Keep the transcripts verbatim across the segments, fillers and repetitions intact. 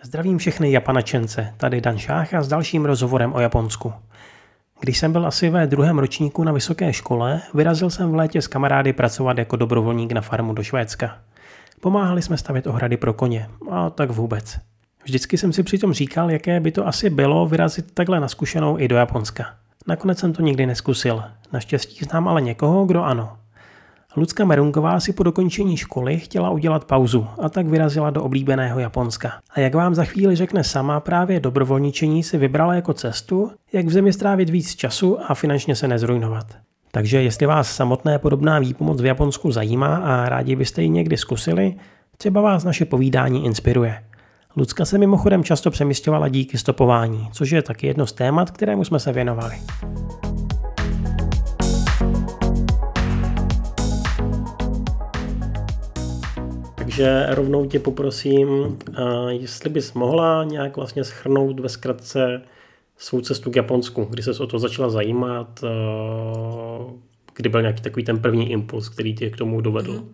Zdravím všechny Japanačence, tady Dan Šácha s dalším rozhovorem o Japonsku. Když jsem byl asi ve druhém ročníku na vysoké škole, vyrazil jsem v létě s kamarády pracovat jako dobrovolník na farmu do Švédska. Pomáhali jsme stavět ohrady pro koně, a tak vůbec. Vždycky jsem si přitom říkal, jaké by to asi bylo vyrazit takhle na zkušenou i do Japonska. Nakonec jsem to nikdy neskusil, naštěstí znám ale někoho, kdo ano. Lucka Merunková si po dokončení školy chtěla udělat pauzu a tak vyrazila do oblíbeného Japonska. A jak vám za chvíli řekne sama, právě dobrovolničení si vybrala jako cestu, jak v zemi strávit víc času a finančně se nezrujnovat. Takže jestli vás samotné podobná výpomoc v Japonsku zajímá a rádi byste ji někdy zkusili, třeba vás naše povídání inspiruje. Lucka se mimochodem často přemísťovala díky stopování, což je taky jedno z témat, kterému jsme se věnovali. Takže rovnou tě poprosím, jestli bys mohla nějak vlastně shrnout ve zkratce svou cestu k Japonsku, kdy ses o to začala zajímat, kdy byl nějaký takový ten první impuls, který tě k tomu dovedl.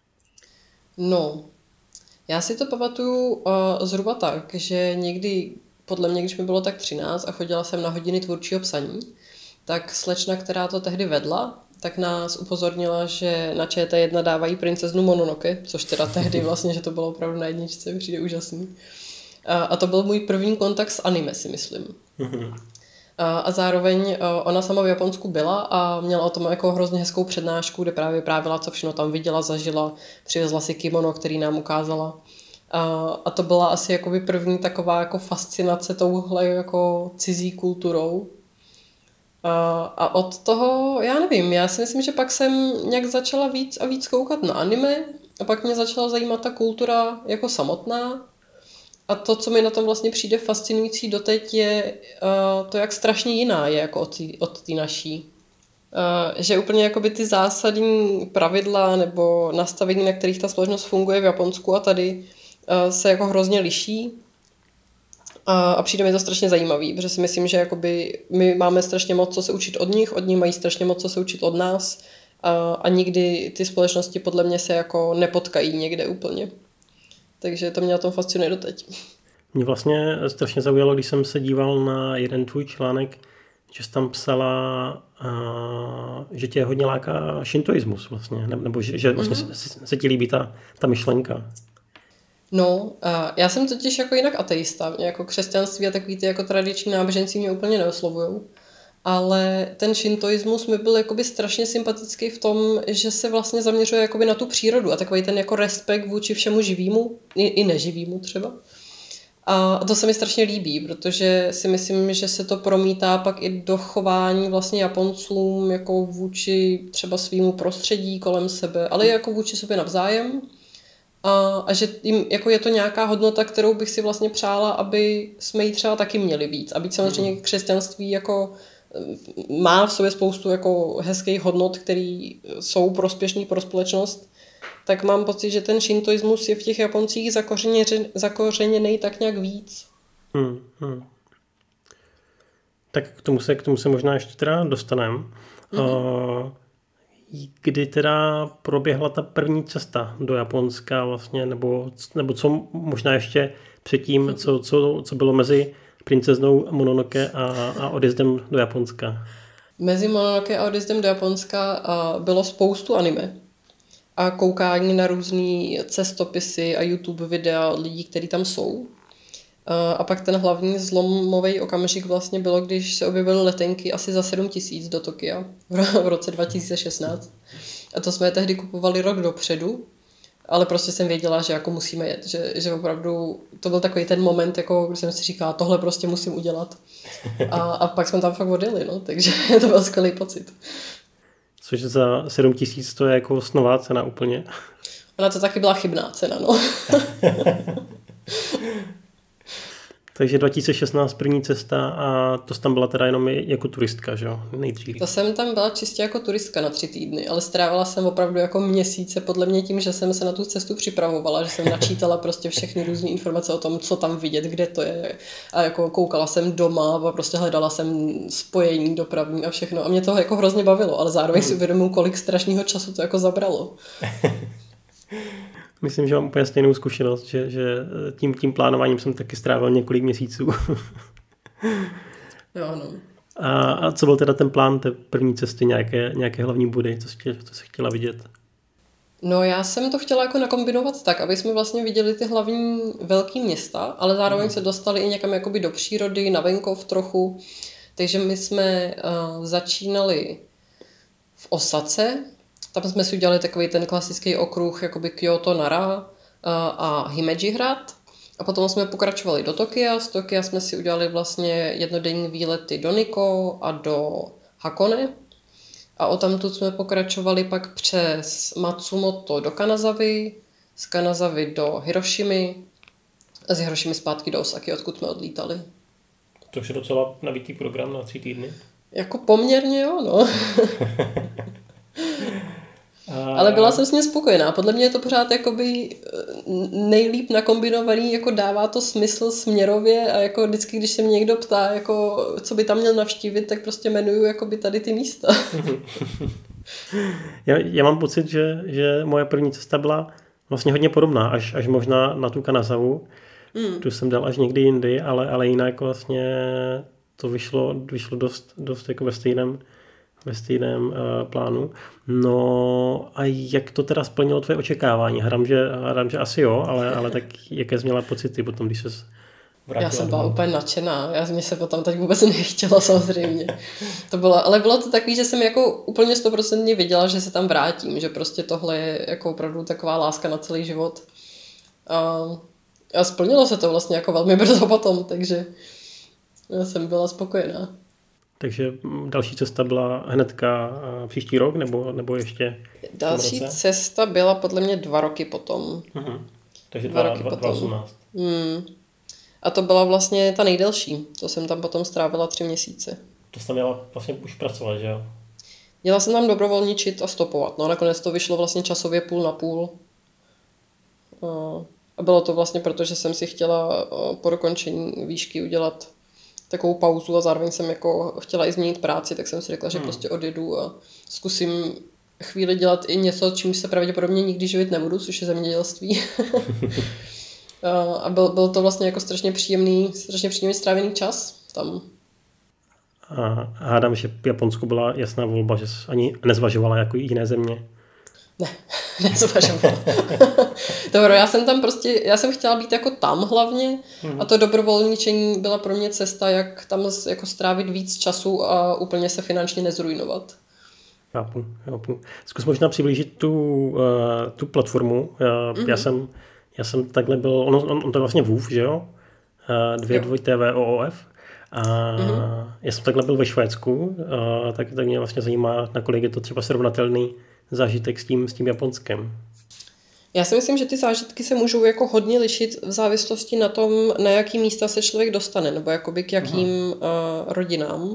No, já si to pamatuju uh, zhruba tak, že někdy, podle mě, když mi bylo tak třináct a chodila jsem na hodiny tvůrčího psaní, tak slečna, která to tehdy vedla, tak nás upozornila, že na Č T jedna dávají princeznu Mononoke, což teda tehdy vlastně, že to bylo opravdu na jedničce, přijde úžasný. A, a to byl můj první kontakt s anime, si myslím. Mm-hmm. A, a zároveň ona sama v Japonsku byla a měla o tom jako hrozně hezkou přednášku, kde právě vyprávěla, co všechno tam viděla, zažila, přivezla si kimono, který nám ukázala. A, a to byla asi jakoby první taková jako fascinace touhle jako cizí kulturou. A, a od toho, já nevím, já si myslím, že pak jsem nějak začala víc a víc koukat na anime a pak mě začala zajímat ta kultura jako samotná. A to, co mi na tom vlastně přijde fascinující doteď, je uh, to, jak strašně jiná je jako od té od té naší. Uh, že úplně jakoby ty zásadní pravidla nebo nastavení, na kterých ta společnost funguje v Japonsku a tady uh, se jako hrozně liší. A, a přijde mi to strašně zajímavý, protože si myslím, že jakoby my máme strašně moc co se učit od nich, od nich mají strašně moc co se učit od nás a, a nikdy ty společnosti podle mě se jako nepotkají někde úplně. Takže to mě na tom fascinuje doteď. Mě vlastně strašně zaujalo, když jsem se díval na jeden tvůj článek, že jsi tam psala, uh, že tě hodně láká šintoismus vlastně, nebo že, že vlastně mm-hmm. se, se ti líbí ta, ta myšlenka. No, já jsem totiž jako jinak ateista, jako křesťanství a takový ty jako tradiční náboženství mě úplně neoslovujou, ale ten šintoismus mi byl jakoby strašně sympatický v tom, že se vlastně zaměřuje jakoby na tu přírodu a takový ten jako respekt vůči všemu živýmu, i, i neživýmu třeba. A to se mi strašně líbí, protože si myslím, že se to promítá pak i do chování vlastně Japoncům jako vůči třeba svýmu prostředí kolem sebe, ale i jako vůči sobě navzájem. A, a že jim, jako je to nějaká hodnota, kterou bych si vlastně přála, aby jsme ji třeba taky měli víc. A být samozřejmě křesťanství jako má v sobě spoustu jako hezkých hodnot, které jsou prospěšné pro společnost, tak mám pocit, že ten šintoismus je v těch Japoncích zakořeněný tak nějak víc. Hmm, hmm. Tak k tomu se, k tomu se možná ještě teda dostaneme. Mm-hmm. Uh, Kdy teda proběhla ta první cesta do Japonska vlastně, nebo, nebo co možná ještě předtím, co, co, co bylo mezi princeznou Mononoke a, a odjezdem do Japonska? Mezi Mononoke a odjezdem do Japonska bylo spoustu anime a koukání na různý cestopisy a YouTube videa od lidí, kteří tam jsou. A pak ten hlavní zlomový okamžik vlastně bylo, když se objevily letenky asi za sedm tisíc do Tokia v roce dva tisíce šestnáct. A to jsme tehdy kupovali rok dopředu, ale prostě jsem věděla, že jako musíme jet, že, že opravdu to byl takový ten moment, jako když jsem si říkala, tohle prostě musím udělat. A, a pak jsme tam fakt odjeli, no, takže to byl skvělý pocit. Což za sedm tisíc to je jako snová cena úplně. Ona to taky byla chybná cena, no. Takže dva tisíce šestnáct první cesta a to tam byla teda jenom jako turistka, že jo? Nejdřív. To jsem tam byla čistě jako turistka na tři týdny, ale strávila jsem opravdu jako měsíce podle mě tím, že jsem se na tu cestu připravovala, že jsem načítala prostě všechny různé informace o tom, co tam vidět, kde to je a jako koukala jsem doma a prostě hledala jsem spojení dopravní a všechno a mě to jako hrozně bavilo, ale zároveň si uvědomuji, kolik strašného času to jako zabralo. Myslím, že mám úplně stejnou zkušenost, že, že tím, tím plánováním jsem taky strávil několik měsíců. Jo, no. A, a co byl teda ten plán té první cesty, nějaké, nějaké hlavní body, co jsi, co jsi chtěla vidět? No já jsem to chtěla jako nakombinovat tak, aby jsme vlastně viděli ty hlavní velké města, ale zároveň mm. se dostali i někam jakoby do přírody, na venkov trochu. Takže my jsme uh, začínali v Osace, tam jsme si udělali takový ten klasický okruh jakoby Kyoto, Nara uh, a Himeji hrad. A potom jsme pokračovali do Tokia. Z Tokia jsme si udělali vlastně jednodenní výlety do Nikko a do Hakone. A odtamtud jsme pokračovali pak přes Matsumoto do Kanazavy, z Kanazavy do Hirošimy a z Hirošimy zpátky do Osaky, odkud jsme odlítali. To je docela nabitý program na tři týdny. Jako poměrně jo, no. A... Ale byla jsem s ním spokojená. Podle mě je to pořád jakoby nejlíp nakombinovaný, jako dává to smysl směrově a jako vždycky, když se mě někdo ptá, jako, co by tam měl navštívit, tak prostě jmenuju jakoby tady ty místa. já, já mám pocit, že, že moje první cesta byla vlastně hodně podobná, až, až možná na tu Kanazavu. Mm. Tu jsem dal až někdy jindy, ale, ale jinak vlastně to vyšlo, vyšlo dost, dost jako ve stejném ve stejném uh, plánu. No a jak to teda splnilo tvoje očekávání? Hádám, že, hádám, že asi jo, ale, ale tak jaké jsi měla pocity potom, když ses vrátila? Já jsem byla úplně nadšená. Já mě se potom teď vůbec nechtěla samozřejmě. To bylo, ale bylo to takový, že jsem jako úplně stoprocentně věděla, že se tam vrátím, že prostě tohle je jako opravdu taková láska na celý život. A, a splnilo se to vlastně jako velmi brzo potom, takže já jsem byla spokojená. Takže další cesta byla hnedka příští rok, nebo, nebo ještě další cesta byla podle mě dva roky potom. Uh-huh. Takže dva, dva roky dva, potom. osmnáct. Hmm. A to byla vlastně ta nejdelší. To jsem tam potom strávila tři měsíce. To jsi tam měla vlastně už pracovat, že jo? Měla jsem tam dobrovolničit a stopovat. No nakonec to vyšlo vlastně časově půl na půl. A bylo to vlastně proto, že jsem si chtěla po dokončení výšky udělat takovou pauzu a zároveň jsem jako chtěla i změnit práci, tak jsem si řekla, že hmm. prostě odjedu a zkusím chvíli dělat i něco, čím se pravděpodobně nikdy živit nebudu, což je zemědělství. A byl, byl to vlastně jako strašně příjemný, strašně příjemný strávený čas tam. A hádám, že v Japonsku byla jasná volba, že jsi ani nezvažovala jako jiné země. Ne, nezvažovala. Dobro, já jsem tam prostě, já jsem chtěla být jako tam hlavně a to dobrovolničení byla pro mě cesta, jak tam jako strávit víc času a úplně se finančně nezrujnovat. Chápu, chápu. Zkus možná přiblížit tu, uh, tu platformu. Já, mm-hmm. já, jsem, já jsem takhle byl, on, on, on to je vlastně W O F, že jo? Uh, dvě dvoj T V O O F. A mm-hmm. já jsem takhle byl ve Švédsku, uh, tak, tak mě vlastně zajímá, nakolik je to třeba srovnatelný zážitek s tím, s tím Japonskem. Já si myslím, že ty zážitky se můžou jako hodně lišit v závislosti na tom, na jaký místa se člověk dostane, nebo jakoby k jakým uh, rodinám.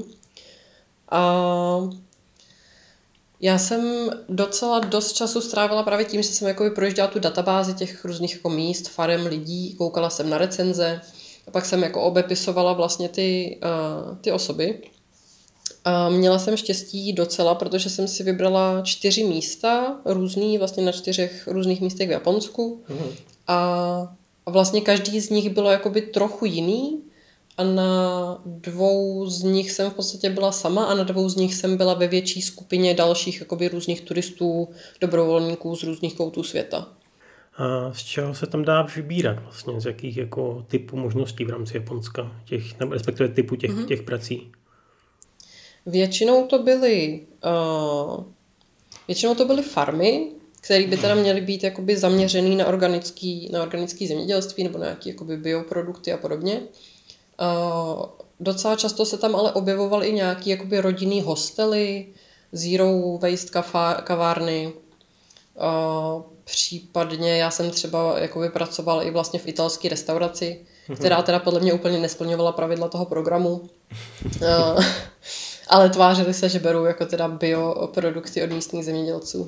A já jsem docela dost času strávila právě tím, že jsem jakoby projížděla tu databázi těch různých jako míst, farem, lidí, koukala jsem na recenze a pak jsem jako obepisovala vlastně ty, uh, ty osoby. A měla jsem štěstí docela, protože jsem si vybrala čtyři místa, různý, vlastně na čtyřech různých místech v Japonsku. Mm. A, a vlastně každý z nich bylo jakoby trochu jiný. A na dvou z nich jsem v podstatě byla sama a na dvou z nich jsem byla ve větší skupině dalších jakoby různých turistů, dobrovolníků z různých koutů světa. A z čeho se tam dá vybírat vlastně? Z jakých jako typů možností v rámci Japonska? Těch, nebo respektive typu těch, mm. těch prací? Většinou to byly uh, většinou to byly farmy, které by teda měly být jakoby zaměřený na organický, na organický zemědělství nebo na nějaké jakoby bioprodukty a podobně. Uh, docela často se tam ale objevovaly i nějaké jakoby rodinný hostely, zero waste kafá, kavárny. Uh, případně já jsem třeba jakoby pracovala i vlastně v italské restauraci, která teda podle mě úplně nesplňovala pravidla toho programu. Uh, ale tvářili se, že berou jako teda bioprodukty od místních zemědělců.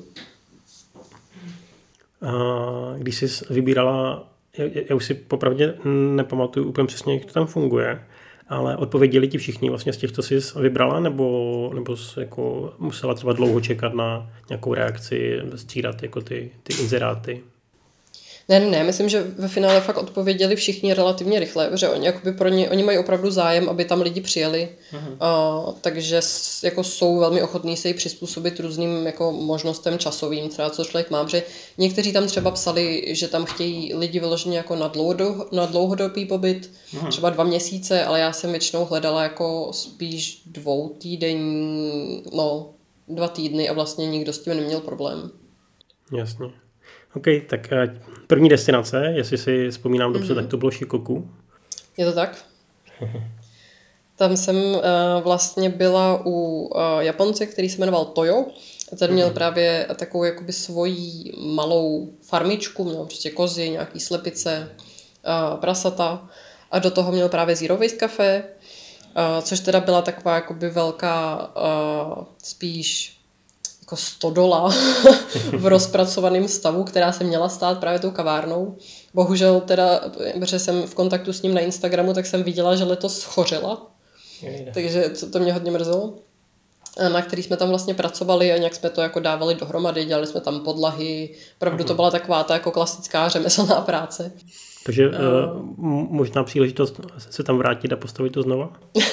A když jsi vybírala, já, já už si popravdě nepamatuju úplně přesně, jak to tam funguje, ale odpověděli ti všichni vlastně z těch, co jsi vybrala, nebo, nebo jsi jako musela třeba dlouho čekat na nějakou reakci, střídat jako ty, ty inzeráty? Ne, ne, ne, myslím, že ve finále fakt odpověděli všichni relativně rychle, protože oni, jakoby pro ně, oni mají opravdu zájem, aby tam lidi přijeli, uh, takže s, jako jsou velmi ochotní se jí přizpůsobit různým jako možnostem časovým, třeba co člověk má, protože někteří tam třeba psali, že tam chtějí lidi vyloženě jako na, dlouhodo, na dlouhodobý pobyt, Aha. třeba dva měsíce, ale já jsem většinou hledala jako spíš dvou týdenní, no dva týdny a vlastně nikdo s tím neměl problém. Jasně. OK, tak první destinace, jestli si vzpomínám dobře, mm-hmm. tak to bylo Shikoku. Je to tak? Tam jsem uh, vlastně byla u uh, Japonce, který se jmenoval Toyo. A ten měl mm-hmm. právě takovou jakoby svoji malou farmičku, měl prostě kozy, nějaký slepice, uh, prasata. A do toho měl právě Zero Waste Cafe, uh, což teda byla taková jakoby velká uh, spíš jako stodola v rozpracovaném stavu, která se měla stát právě tou kavárnou. Bohužel teda, protože jsem v kontaktu s ním na Instagramu, tak jsem viděla, že letos schořela. Jejde. Takže to, to mě hodně mrzelo. Na který jsme tam vlastně pracovali a nějak jsme to jako dávali dohromady, dělali jsme tam podlahy. Pravdu to byla taková ta jako klasická řemeslná práce. Takže uh, možná příležitost se tam vrátit a postavit to znova?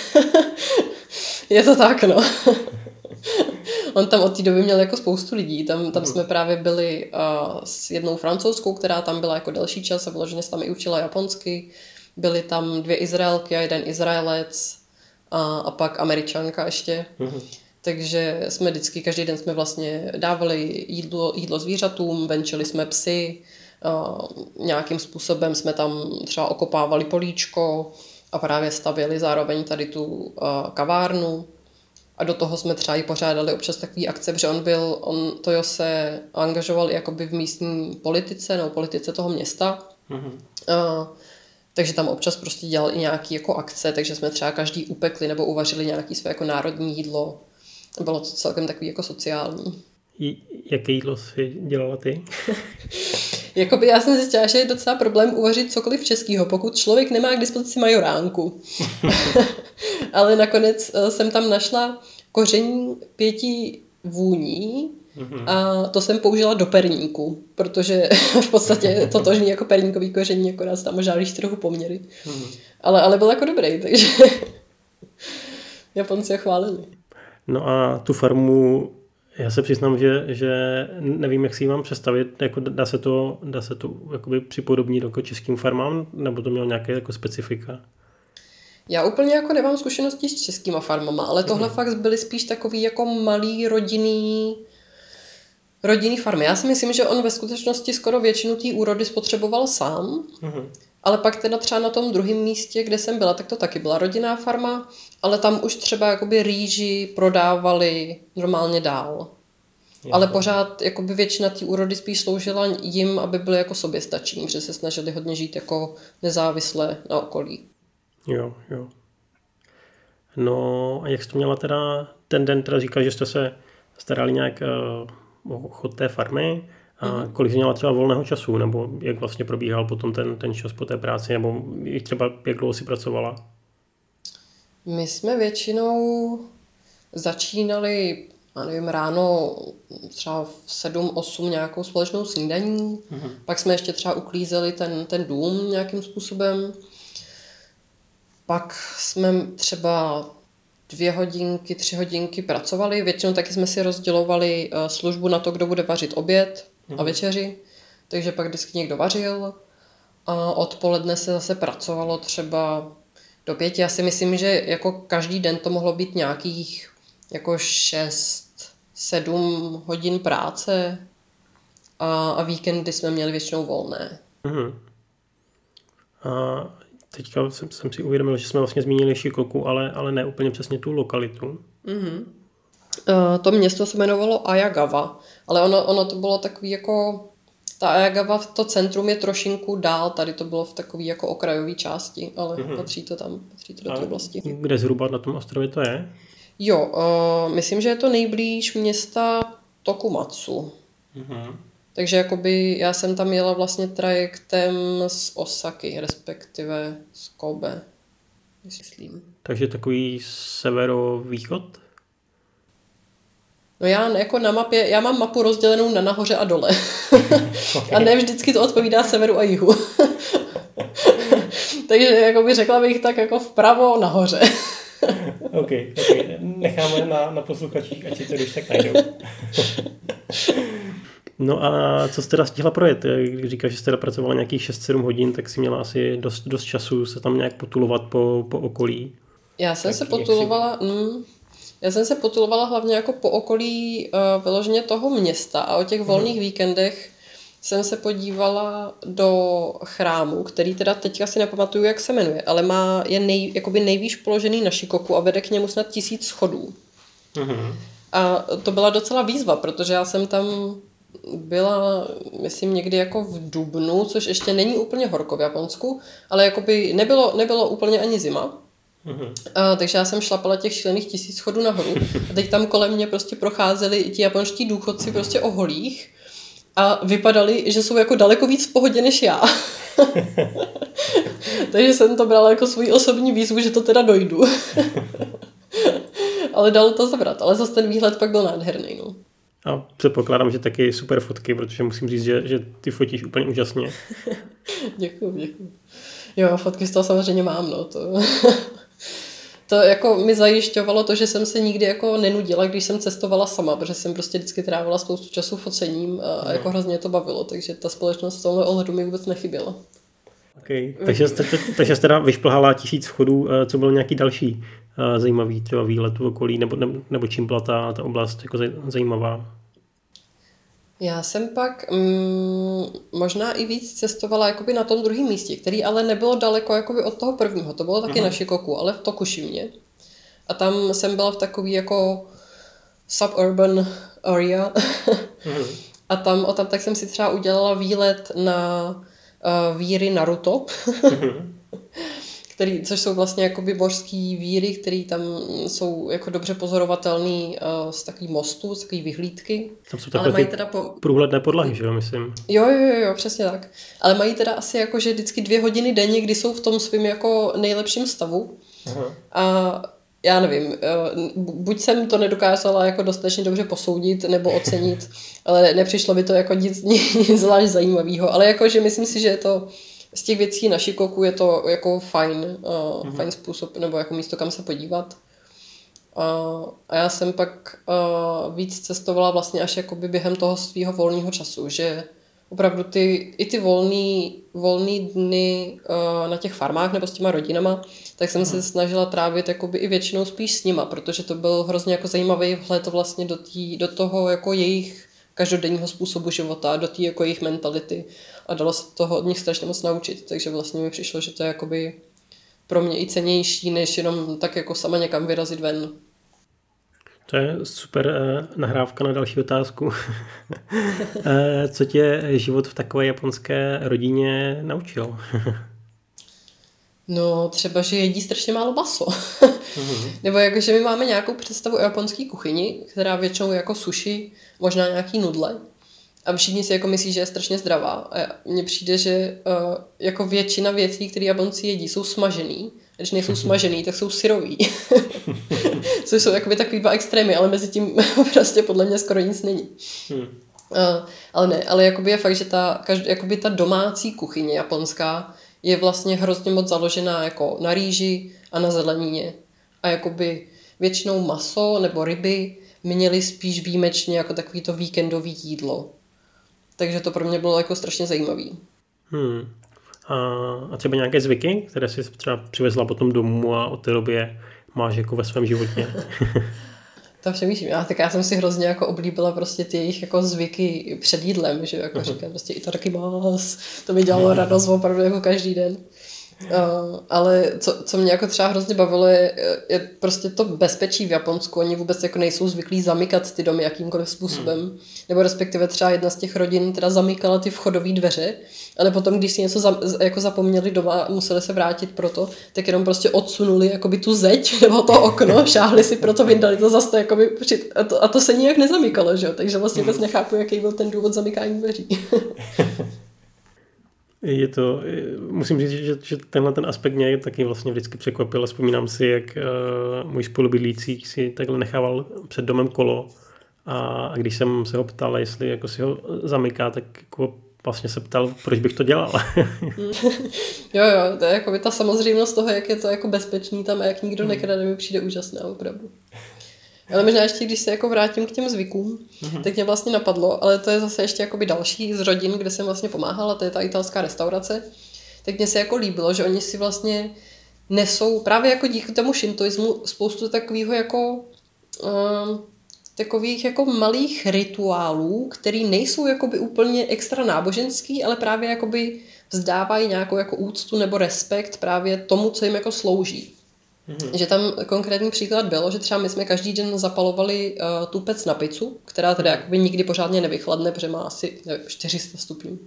Je to tak, no. On tam od té doby měl jako spoustu lidí. Tam, tam jsme právě byli uh, s jednou francouzskou, která tam byla jako delší čas a vyloženě se tam i učila japonsky. Byly tam dvě Izraelky a jeden Izraelec a, a pak Američanka ještě. Mm-hmm. Takže jsme vždycky, každý den jsme vlastně dávali jídlo, jídlo zvířatům, venčili jsme psy, uh, nějakým způsobem jsme tam třeba okopávali políčko a právě stavěli zároveň tady tu uh, kavárnu. A do toho jsme třeba i pořádali občas takový akce, protože on byl, on Toyo se angažoval jakoby v místní politice, nebo politice toho města. Mm-hmm. Uh, takže tam občas prostě dělal i nějaký jako akce, takže jsme třeba každý upekli nebo uvařili nějaký své jako národní jídlo. Bylo to celkem takový jako sociální. I, jaké jídlo jsi dělala ty? Jakoby já jsem zjistila, že je docela problém uvařit cokoliv českýho, pokud člověk nemá k dispozici majoránku. Ale nakonec jsem tam našla koření pěti vůní a to jsem použila do perníku, protože v podstatě totožný jako perníkový koření, akorát tam možná líš trochu poměry. Ale, ale byl jako dobrý, takže Japonci ho chválili. No a tu farmu, já se přiznám, že, že nevím, jak si ji mám představit, jako dá se to, dá se to jakoby připodobnit jako českým farmám, nebo to mělo nějaké jako specifika? Já úplně jako nemám zkušenosti s českýma farmama, ale tohle hmm. fakt byly spíš takový jako malý rodinný rodinný farmy. Já si myslím, že on ve skutečnosti skoro většinu té úrody spotřeboval sám, hmm. ale pak teda třeba na tom druhém místě, kde jsem byla, tak to taky byla rodinná farma, ale tam už třeba jakoby rýži prodávali normálně dál. Jasně. Ale pořád jakoby většina té úrody spíš sloužila jim, aby byly jako soběstační, že se snažili hodně žít jako nezávisle na okolí. Jo, jo. No a jak jsi to měla teda ten den, teda říkal, že jste se starali nějak uh, o chod té farmy a mm-hmm. kolik jsi měla třeba volného času, nebo jak vlastně probíhal potom ten, ten čas po té práci, nebo třeba jak dlouho si pracovala? My jsme většinou začínali, já nevím, ráno třeba v sedm osm nějakou společnou snídaní, mm-hmm. pak jsme ještě třeba uklízeli ten, ten dům nějakým způsobem. Pak jsme třeba dvě hodinky, tři hodinky pracovali. Většinou taky jsme si rozdělovali službu na to, kdo bude vařit oběd a večeři. Takže pak vždycky někdo vařil. A odpoledne se zase pracovalo třeba do pěti. Já si myslím, že jako každý den to mohlo být nějakých jako šest, sedm hodin práce. A, a víkendy jsme měli většinou volné. Mm-hmm. A teďka jsem, jsem si uvědomil, že jsme vlastně zmínili Shikoku, ale, ale ne úplně přesně tu lokalitu. Mm-hmm. Uh, to město se jmenovalo Ayagawa, ale ono, ono to bylo takový jako... Ta Ayagawa, to centrum je trošinku dál, tady to bylo v takový jako okrajové části, ale mm-hmm. patří to tam, patří to do té oblasti. Kde zhruba na tom ostrově to je? Jo, uh, myslím, že je to nejblíž města Tokumatsu. Mm-hmm. Takže jakoby já jsem tam jela vlastně trajektem z Osaky, respektive z Kobe, myslím. Takže takový severovýchod? No já jako na mapě, já mám mapu rozdělenou na nahoře a dole. Okay. A ne vždycky to odpovídá severu a jihu. Takže jako by řekla bych tak jako vpravo nahoře. OK, OK. Necháme na, na posluchačích, ať si to když tak najdou. No a co jste teda stihla projet? Když říkáš, že jste teda pracovala nějakých šest sedm hodin, tak si měla asi dost, dost času se tam nějak potulovat po, po okolí. Já jsem tak se potulovala... Si... Mm, já jsem se potulovala hlavně jako po okolí uh, vyloženě toho města a o těch volných hmm. víkendech jsem se podívala do chrámu, který teda teďka si nepamatuju, jak se jmenuje, ale má, je nej, jakoby nejvýš položený na Shikoku a vede k němu snad tisíc schodů. Mm-hmm. A to byla docela výzva, protože já jsem tam byla, myslím, někdy jako v dubnu, což ještě není úplně horko v Japonsku, ale jakoby nebylo, nebylo úplně ani zima. Mm-hmm. A, takže já jsem šlapala těch šílených tisíc schodů nahoru a teď tam kolem mě prostě procházeli ti japonští důchodci prostě o holích a vypadali, že jsou jako daleko víc v pohodě než já. Takže jsem to brala jako svůj osobní výzvu, že to teda dojdu. Ale dalo to zabrat, ale zase ten výhled pak byl nádherný. No. A předpokládám, že taky super fotky, protože musím říct, že, že ty fotíš úplně úžasně. Děkuju, děkuju. Jo, fotky z toho samozřejmě mám, no. To, to jako mi zajišťovalo to, že jsem se nikdy jako nenudila, když jsem cestovala sama, protože jsem prostě vždycky trávila spoustu času focením a, a jako hrozně to bavilo, takže ta společnost v tomhle ohledu mi vůbec nechyběla. Okay. Takže jste, takže jste teda vyšplhala tisíc vchodů, co byl nějaký další zajímavý třeba výlet v okolí, nebo, nebo, nebo čím byla ta, ta oblast jako zajímavá? Já jsem pak mm, možná i víc cestovala jakoby na tom druhém místě, který ale nebylo daleko jakoby od toho prvního. To bylo taky Aha. na Shikoku, ale v Tokušimě. A tam jsem byla v takový jako suburban area. A tam, o tam tak jsem si třeba udělala výlet na uh, víry Naruto. Který, což jsou vlastně jakoby božský víry, které tam jsou jako dobře pozorovatelný uh, z takových mostů, z takových vyhlídky. Tam jsou takové mají teda po... průhledné podlahy, že jo, myslím. Jo, jo, jo, přesně tak. Ale mají teda asi jako, že vždycky dvě hodiny denně, kdy jsou v tom svým jako nejlepším stavu. Aha. A já nevím, uh, buď jsem to nedokázala jako dostatečně dobře posoudit nebo ocenit, ale nepřišlo by to jako nic, nic zvlášť zajímavého. Ale jakože myslím si, že je to z těch věcí na Shikoku je to jako fajn, uh, mm-hmm. fajn způsob, nebo jako místo, kam se podívat. Uh, a já jsem pak uh, víc cestovala vlastně až jakoby během toho svého volného času, že opravdu ty, i ty volný, volný dny uh, na těch farmách nebo s těma rodinama, tak jsem mm-hmm. se snažila trávit jakoby i většinou spíš s nima, protože to byl hrozně jako zajímavý vhled vlastně do, tý, do toho jako jejich každodenního způsobu života, do té jako jejich mentality a dalo se toho od nich strašně moc naučit, takže vlastně mi přišlo, že to je jakoby pro mě i cennější, než jenom tak jako sama někam vyrazit ven. To je super eh, nahrávka na další otázku. eh, co tě život v takové japonské rodině naučil? No třeba, že jedí strašně málo maso. mm-hmm. Nebo jako, že my máme nějakou představu o japonské kuchyni, která většinou jako sushi, možná nějaký nudle. A všichni si jako myslí, že je strašně zdravá. A mně přijde, že uh, jako většina věcí, které Japonci jedí, jsou smažený. A když nejsou smažený, tak jsou syrový. Což jsou jakoby takový dva extrémy, ale mezi tím prostě podle mě skoro nic není. Hmm. Uh, ale ne, ale jakoby je fakt, že ta, každ- jakoby ta domácí kuchyně japonská je vlastně hrozně moc založená jako na rýži a na zelenině. A jakoby většinou maso nebo ryby měly spíš výjimečně jako takový to víkendový jídlo. Takže to pro mě bylo jako strašně zajímavý. Hmm. A, a třeba nějaké zvyky, které jsi třeba přivezla potom domů a od té doby máš jako ve svém životě? To přemýšlím. Já, tak já jsem si hrozně jako oblíbila prostě ty jejich jako zvyky před jídlem, že jako uh-huh. říkám prostě i to taky más. To mi dělalo radost opravdu jako každý den. Uh, ale co, co mě jako třeba hrozně bavilo je, je prostě to bezpečí v Japonsku. Oni vůbec jako nejsou zvyklí zamykat ty domy jakýmkoliv způsobem. Hmm. Nebo respektive třeba jedna z těch rodin teda zamykala ty vchodové dveře, ale potom, když si něco za, jako zapomněli doma a museli se vrátit proto, tak jenom prostě odsunuli jakoby tu zeď nebo to okno, šáhli si proto, vyndali to zase jakoby při, a, to, a to se nijak nezamykalo, že jo? Takže vlastně vůbec nechápu, jaký byl ten důvod zamykání dveří. Je to, musím říct, že, že tenhle ten aspekt mě taky vlastně vždycky překvapil. Vzpomínám si, jak uh, můj spolubydlící si takhle nechával před domem kolo A když jsem se ho ptal, jestli jako si ho zamyká, tak jako vlastně se ptal, proč bych to dělal. Jo, jo, to je jako ta samozřejmost toho, jak je to jako bezpečný tam a jak nikdo nekrade, mi přijde úžasná, opravdu. Ale možná ještě, když se jako vrátím k těm zvykům, mm-hmm. tak mě vlastně napadlo, ale to je zase ještě jakoby další z rodin, kde jsem vlastně pomáhala, to je ta italská restaurace, tak mně se jako líbilo, že oni si vlastně nesou právě jako díky tomu šintoismu spoustu takového jako um, takových jako malých rituálů, který nejsou jakoby úplně extra náboženský, ale právě jakoby vzdávají nějakou jako úctu nebo respekt právě tomu, co jim jako slouží. Mm-hmm. Že tam konkrétní příklad bylo, že třeba my jsme každý den zapalovali uh, tu pec na pizzu, která teda jakoby nikdy pořádně nevychladne, protože má asi nevím, čtyři sta stupňů.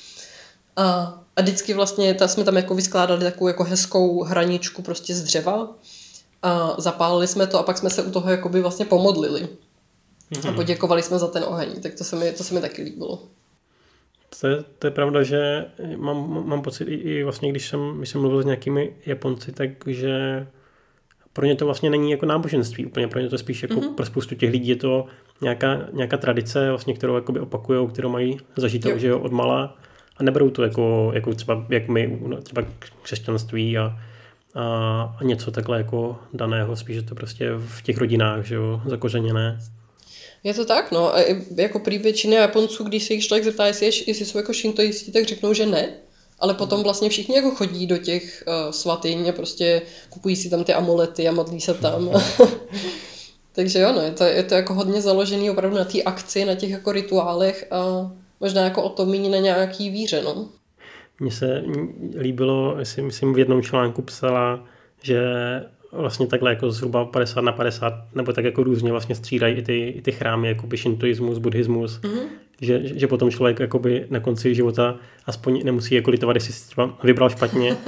A, a vždycky vlastně ta jsme tam jako vyskládali takovou jako hezkou hraničku prostě z dřeva a zapálili jsme to a pak jsme se u toho jakoby vlastně pomodlili. Mm-hmm. A poděkovali jsme za ten oheň, tak to se mi, to se mi taky líbilo. To je, to je pravda, že mám, mám pocit, i, i vlastně, když jsem, když jsem mluvil s nějakými Japonci, takže pro ně to vlastně není jako náboženství úplně, pro ně to spíš jako mm-hmm. pro spoustu těch lidí je to nějaká, nějaká tradice, vlastně, kterou jakoby opakujou, kterou mají zažitou, že jo, od mala a neberou to jako, jako třeba jak my, třeba křesťanství a, a, a něco takhle jako daného, spíš je to prostě v těch rodinách, že jo, zakořeněné. Je to tak, no. A jako prý většina Japonců, když se jich člověk zeptá, jestli, jestli jsou jako šintoisti, tak řeknou, že ne. Ale potom vlastně všichni jako chodí do těch uh, svatyň a prostě kupují si tam ty amulety a modlí se tam. Takže jo, no, je to, je to jako hodně založený opravdu na té akci, na těch jako rituálech a možná jako o to míní na nějaký víře, no. Mně se líbilo, jestli myslím v jednom článku psala, že vlastně takhle jako zhruba padesát na padesát, nebo tak jako různě vlastně střídají i ty, i ty chrámy, jakoby šintoismus, buddhismus, mm-hmm. že, že potom člověk jakoby na konci života aspoň nemusí jako litovat, jestli si třeba vybral špatně.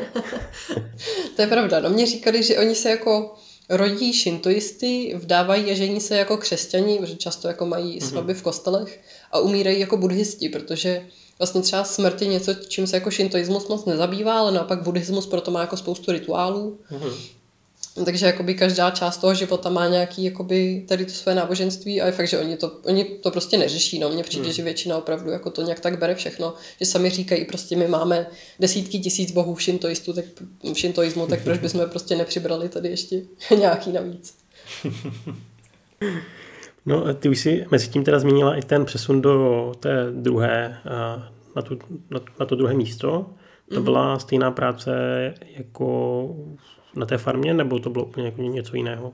To je pravda, no mě říkali, že oni se jako rodí šintoisty, vdávají a žení se jako křesťani, protože často jako mají svatby mm-hmm. v kostelech a umírají jako buddhisti, protože vlastně třeba smrt je něco, čím se jako šintoismus moc nezabývá, ale naopak buddhismus proto má jako spoustu rituálů. Mm-hmm. Takže jakoby každá část toho života má nějaký jakoby tady to své náboženství a je fakt, že oni to, oni to prostě neřeší. No. Mně přijde, hmm. že většina opravdu jako to nějak tak bere všechno, že sami říkají, prostě my máme desítky tisíc bohů v šintoistu, tak v šintoismu, tak proč bychom prostě nepřibrali tady ještě nějaký navíc. No, ty už si mezi tím teda zmínila i ten přesun do té druhé, na, tu, na, na to druhé místo. To mm-hmm. byla stejná práce jako na té farmě, nebo to bylo úplně jako něco jiného?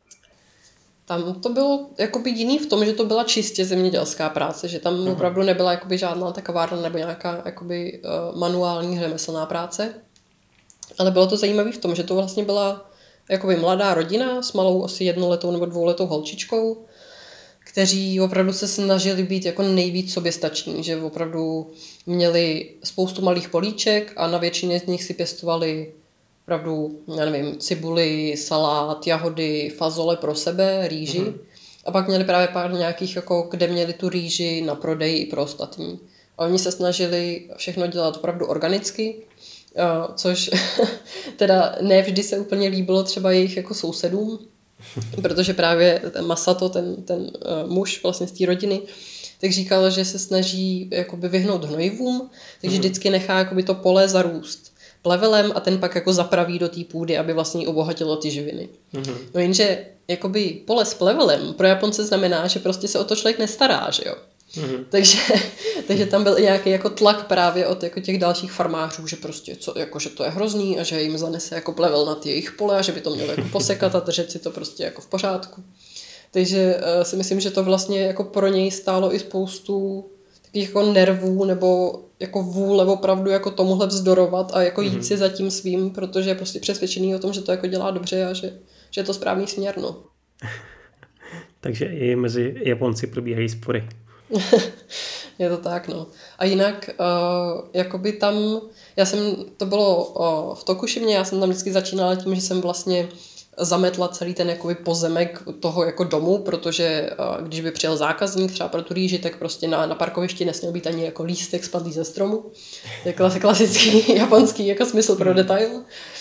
Tam to bylo jakoby jiný v tom, že to byla čistě zemědělská práce, že tam Aha. opravdu nebyla jakoby žádná ta kavárna nebo nějaká jakoby, uh, manuální řemeslná práce. Ale bylo to zajímavé v tom, že to vlastně byla jakoby mladá rodina s malou asi jednoletou nebo dvouletou holčičkou, kteří opravdu se snažili být jako nejvíc soběstační, že opravdu měli spoustu malých políček a na většině z nich si pěstovali opravdu, já nevím, cibuli, salát, jahody, fazole pro sebe, rýži. Mm-hmm. A pak měli právě pár nějakých, jako, kde měli tu rýži na prodej i pro ostatní. A oni se snažili všechno dělat opravdu organicky, což teda ne vždy se úplně líbilo třeba jejich jako sousedům, protože právě ten Masato, ten, ten uh, muž vlastně z té rodiny, tak říkal, že se snaží jakoby vyhnout hnojivům, takže mm-hmm. vždycky nechá jakoby to pole zarůst plevelem a ten pak jako zapraví do té půdy, aby vlastně obohatilo ty živiny. Mm-hmm. No jenže jakoby pole s plevelem pro Japonce znamená, že prostě se o to člověk nestará, že jo. Mm-hmm. Takže, takže tam byl i nějaký jako tlak právě od jako těch dalších farmářů, že prostě co, jako, že to je hrozný a že jim zanese jako plevel na ty jejich pole a že by to mělo jako posekat a držet si to prostě jako v pořádku. Takže uh, si myslím, že to vlastně jako pro něj stálo i spoustu takových jako nervů nebo jako vůle opravdu jako tomuhle vzdorovat a jako jít mm-hmm. si za tím svým, protože je prostě přesvědčený o tom, že to jako dělá dobře a že, že je to správný směr, no. Takže i mezi Japonci probíhají spory. Je to tak, no. A jinak, uh, jakoby tam, já jsem, to bylo uh, v Tokušimě, já jsem tam vždycky začínala tím, že jsem vlastně zametla celý ten jakoby pozemek toho jako domu, protože uh, když by přijel zákazník třeba pro tu rýži, tak prostě na, na parkovišti nesměl být ani jako lístek spadlý ze stromu. To je klasický japonský jako smysl pro detail.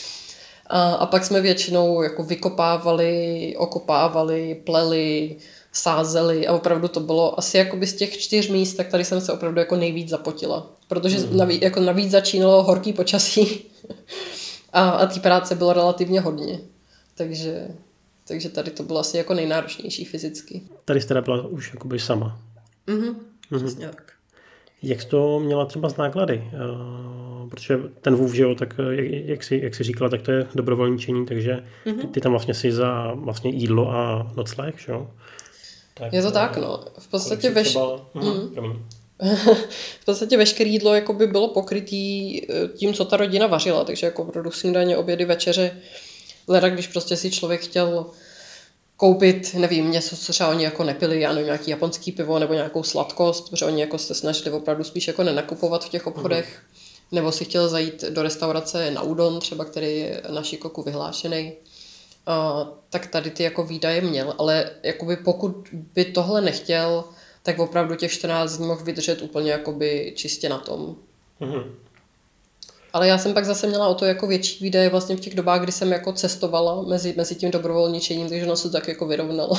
A, a pak jsme většinou jako vykopávali, okopávali, pleli, sázeli a opravdu to bylo asi jakoby z těch čtyř míst, tak tady jsem se opravdu jako nejvíc zapotila, protože mm. navíc, jako navíc začínalo horký počasí a, a té práce bylo relativně hodně, takže, takže tady to bylo asi jako nejnáročnější fyzicky. Tady jste byla už jakoby sama. Mhm, přesně tak. Jak jsi to měla třeba z náklady? Uh, protože ten vův, že jo, tak jak, jak, jsi, jak jsi říkala, tak to je dobrovolničení, takže mm-hmm. ty, ty tam vlastně jsi za vlastně jídlo a nocleh, že jo? Tak, je to tak, no. V podstatě, veš... třeba... mm. v podstatě veškeré jídlo jakoby bylo pokrytý tím, co ta rodina vařila, takže jako opravdu snídaně, obědy, večeře. Leda, když prostě si člověk chtěl koupit, nevím, něco, co třeba oni jako nepili, já nevím, nějaký japonský pivo nebo nějakou sladkost, protože oni jako se snažili opravdu spíš jako nenakupovat v těch obchodech, mm. nebo si chtěl zajít do restaurace na udon, třeba, který je na Šikoku vyhlášený, uh, tak tady ty jako výdaje měl, ale jakoby pokud by tohle nechtěl, tak opravdu těch čtrnáct dní mohl vydržet úplně jakoby čistě na tom. Mm. Ale já jsem pak zase měla o to jako větší výdaje vlastně v těch dobách, kdy jsem jako cestovala mezi, mezi tím dobrovolničením, takže ono se tak jako vyrovnalo.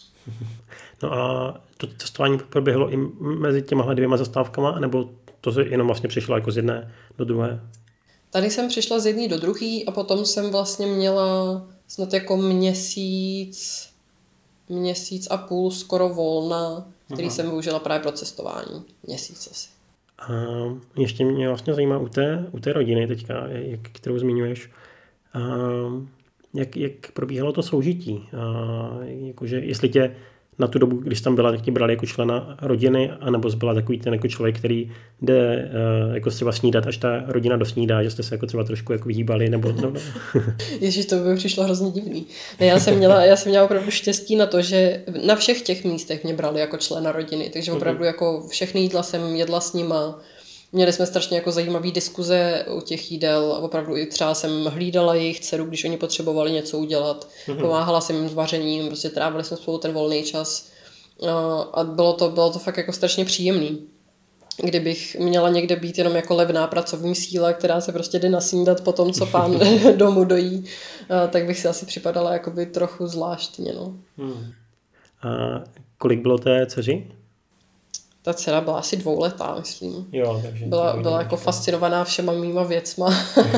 No a to cestování proběhlo i mezi těma dvěma zastávkama, nebo to se jenom vlastně přišlo jako z jedné do druhé? Tady jsem přišla z jedné do druhé a potom jsem vlastně měla snad jako měsíc, měsíc a půl skoro volna, který Aha. jsem využila právě pro cestování. Měsíc asi. A ještě mě vlastně zajímá u té, u té rodiny teďka, jak, kterou zmiňuješ, a jak, jak probíhalo to soužití. A jakože jestli tě na tu dobu, když tam byla, tak tě brali jako člena rodiny, anebo jsi byla takový ten jako člověk, který jde uh, jako třeba snídat, až ta rodina dosnídá, že jste se jako třeba trošku jako vyhýbali, nebo... nebo... Ježiš, to by přišlo hrozně divný. Ne, já, jsem měla, já jsem měla opravdu štěstí na to, že na všech těch místech mě brali jako člena rodiny, takže opravdu jako všechny jídla jsem jedla s nima. Měli jsme strašně jako zajímavé diskuze u těch jídel, opravdu i třeba jsem hlídala jejich dceru, když oni potřebovali něco udělat, mm-hmm. pomáhala jsem jim s vařením, prostě trávili jsme spolu ten volný čas a bylo to, bylo to fakt jako strašně příjemný. Kdybych měla někde být jenom jako levná pracovní síla, která se prostě jde nasnídat po tom, co pán domů dojí, tak bych si asi připadala jakoby trochu zvláštně. No. Hmm. A kolik bylo té dceři? Ta dcera byla asi dvouletá, myslím. Jo, takže byla byla jako fascinovaná všema mýma věcma.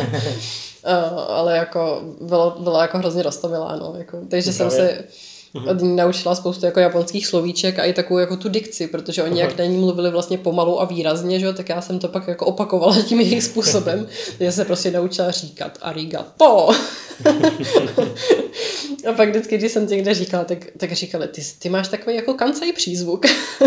Ale jako byla, byla jako hrozně roztomilá, no. Jako, takže jsem se od ní naučila spoustu jako japonských slovíček a i takovou jako tu dikci, protože oni Aha. jak na ní mluvili vlastně pomalu a výrazně, že? Tak já jsem to pak jako opakovala tím jejich způsobem, že se prostě naučila říkat arigato. A pak vždycky, když jsem tě někde říkala, tak, tak říkali, ty, ty máš takový jako kancaj přízvuk.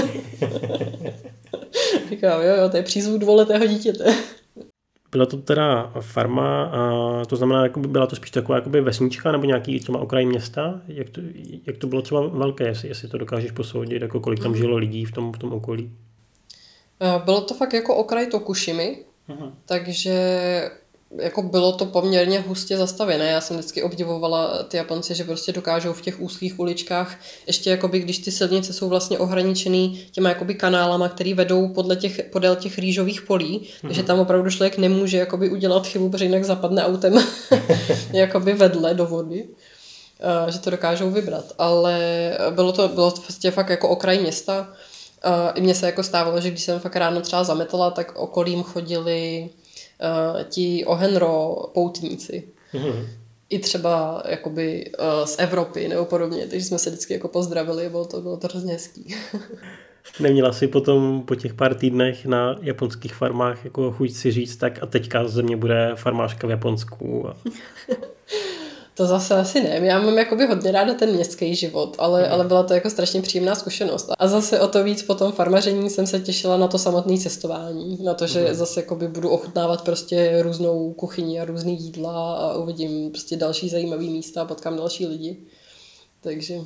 Říkám, jo, jo, to je přízvuk dvouletého dítěte. Byla to teda farma, a to znamená, jakoby byla to spíš taková jakoby vesnička nebo nějaký třeba okraj města? Jak to, jak to bylo třeba velké, jestli, jestli to dokážeš posoudit, jako kolik tam žilo lidí v tom, v tom okolí? Bylo to fakt jako okraj Tokušimy, uh-huh. takže jako bylo to poměrně hustě zastavěné. Já jsem vždycky obdivovala ty Japonci, že prostě dokážou v těch úzkých uličkách, ještě jakoby, když ty silnice jsou vlastně ohraničený těma jakoby kanálama, které vedou podle těch, podél těch rýžových polí, mm-hmm. takže tam opravdu člověk nemůže jakoby udělat chybu, protože jinak zapadne autem jakoby vedle do vody, a, že to dokážou vybrat. Ale bylo to, bylo to prostě fakt jako okraj města. A i mně se jako stávalo, že když jsem fakt ráno třeba zametala, tak okolím chodili Uh, ti Ohenro poutníci. Mm-hmm. I třeba jakoby uh, z Evropy nebo podobně, takže jsme se vždycky jako pozdravili a bylo to, bylo to hrozně hezký. Neměla jsi potom po těch pár týdnech na japonských farmách jako chuť si říct, tak a teďka ze mě bude farmářka v Japonsku? A... To zase asi ne. Já mám jakoby hodně ráda ten městský život, ale, mm. ale byla to jako strašně příjemná zkušenost. A zase o to víc po tom farmaření jsem se těšila na to samotné cestování. Na to, že mm. zase jakoby budu ochutnávat prostě různou kuchyni a různý jídla a uvidím prostě další zajímavý místa a potkám další lidi. Takže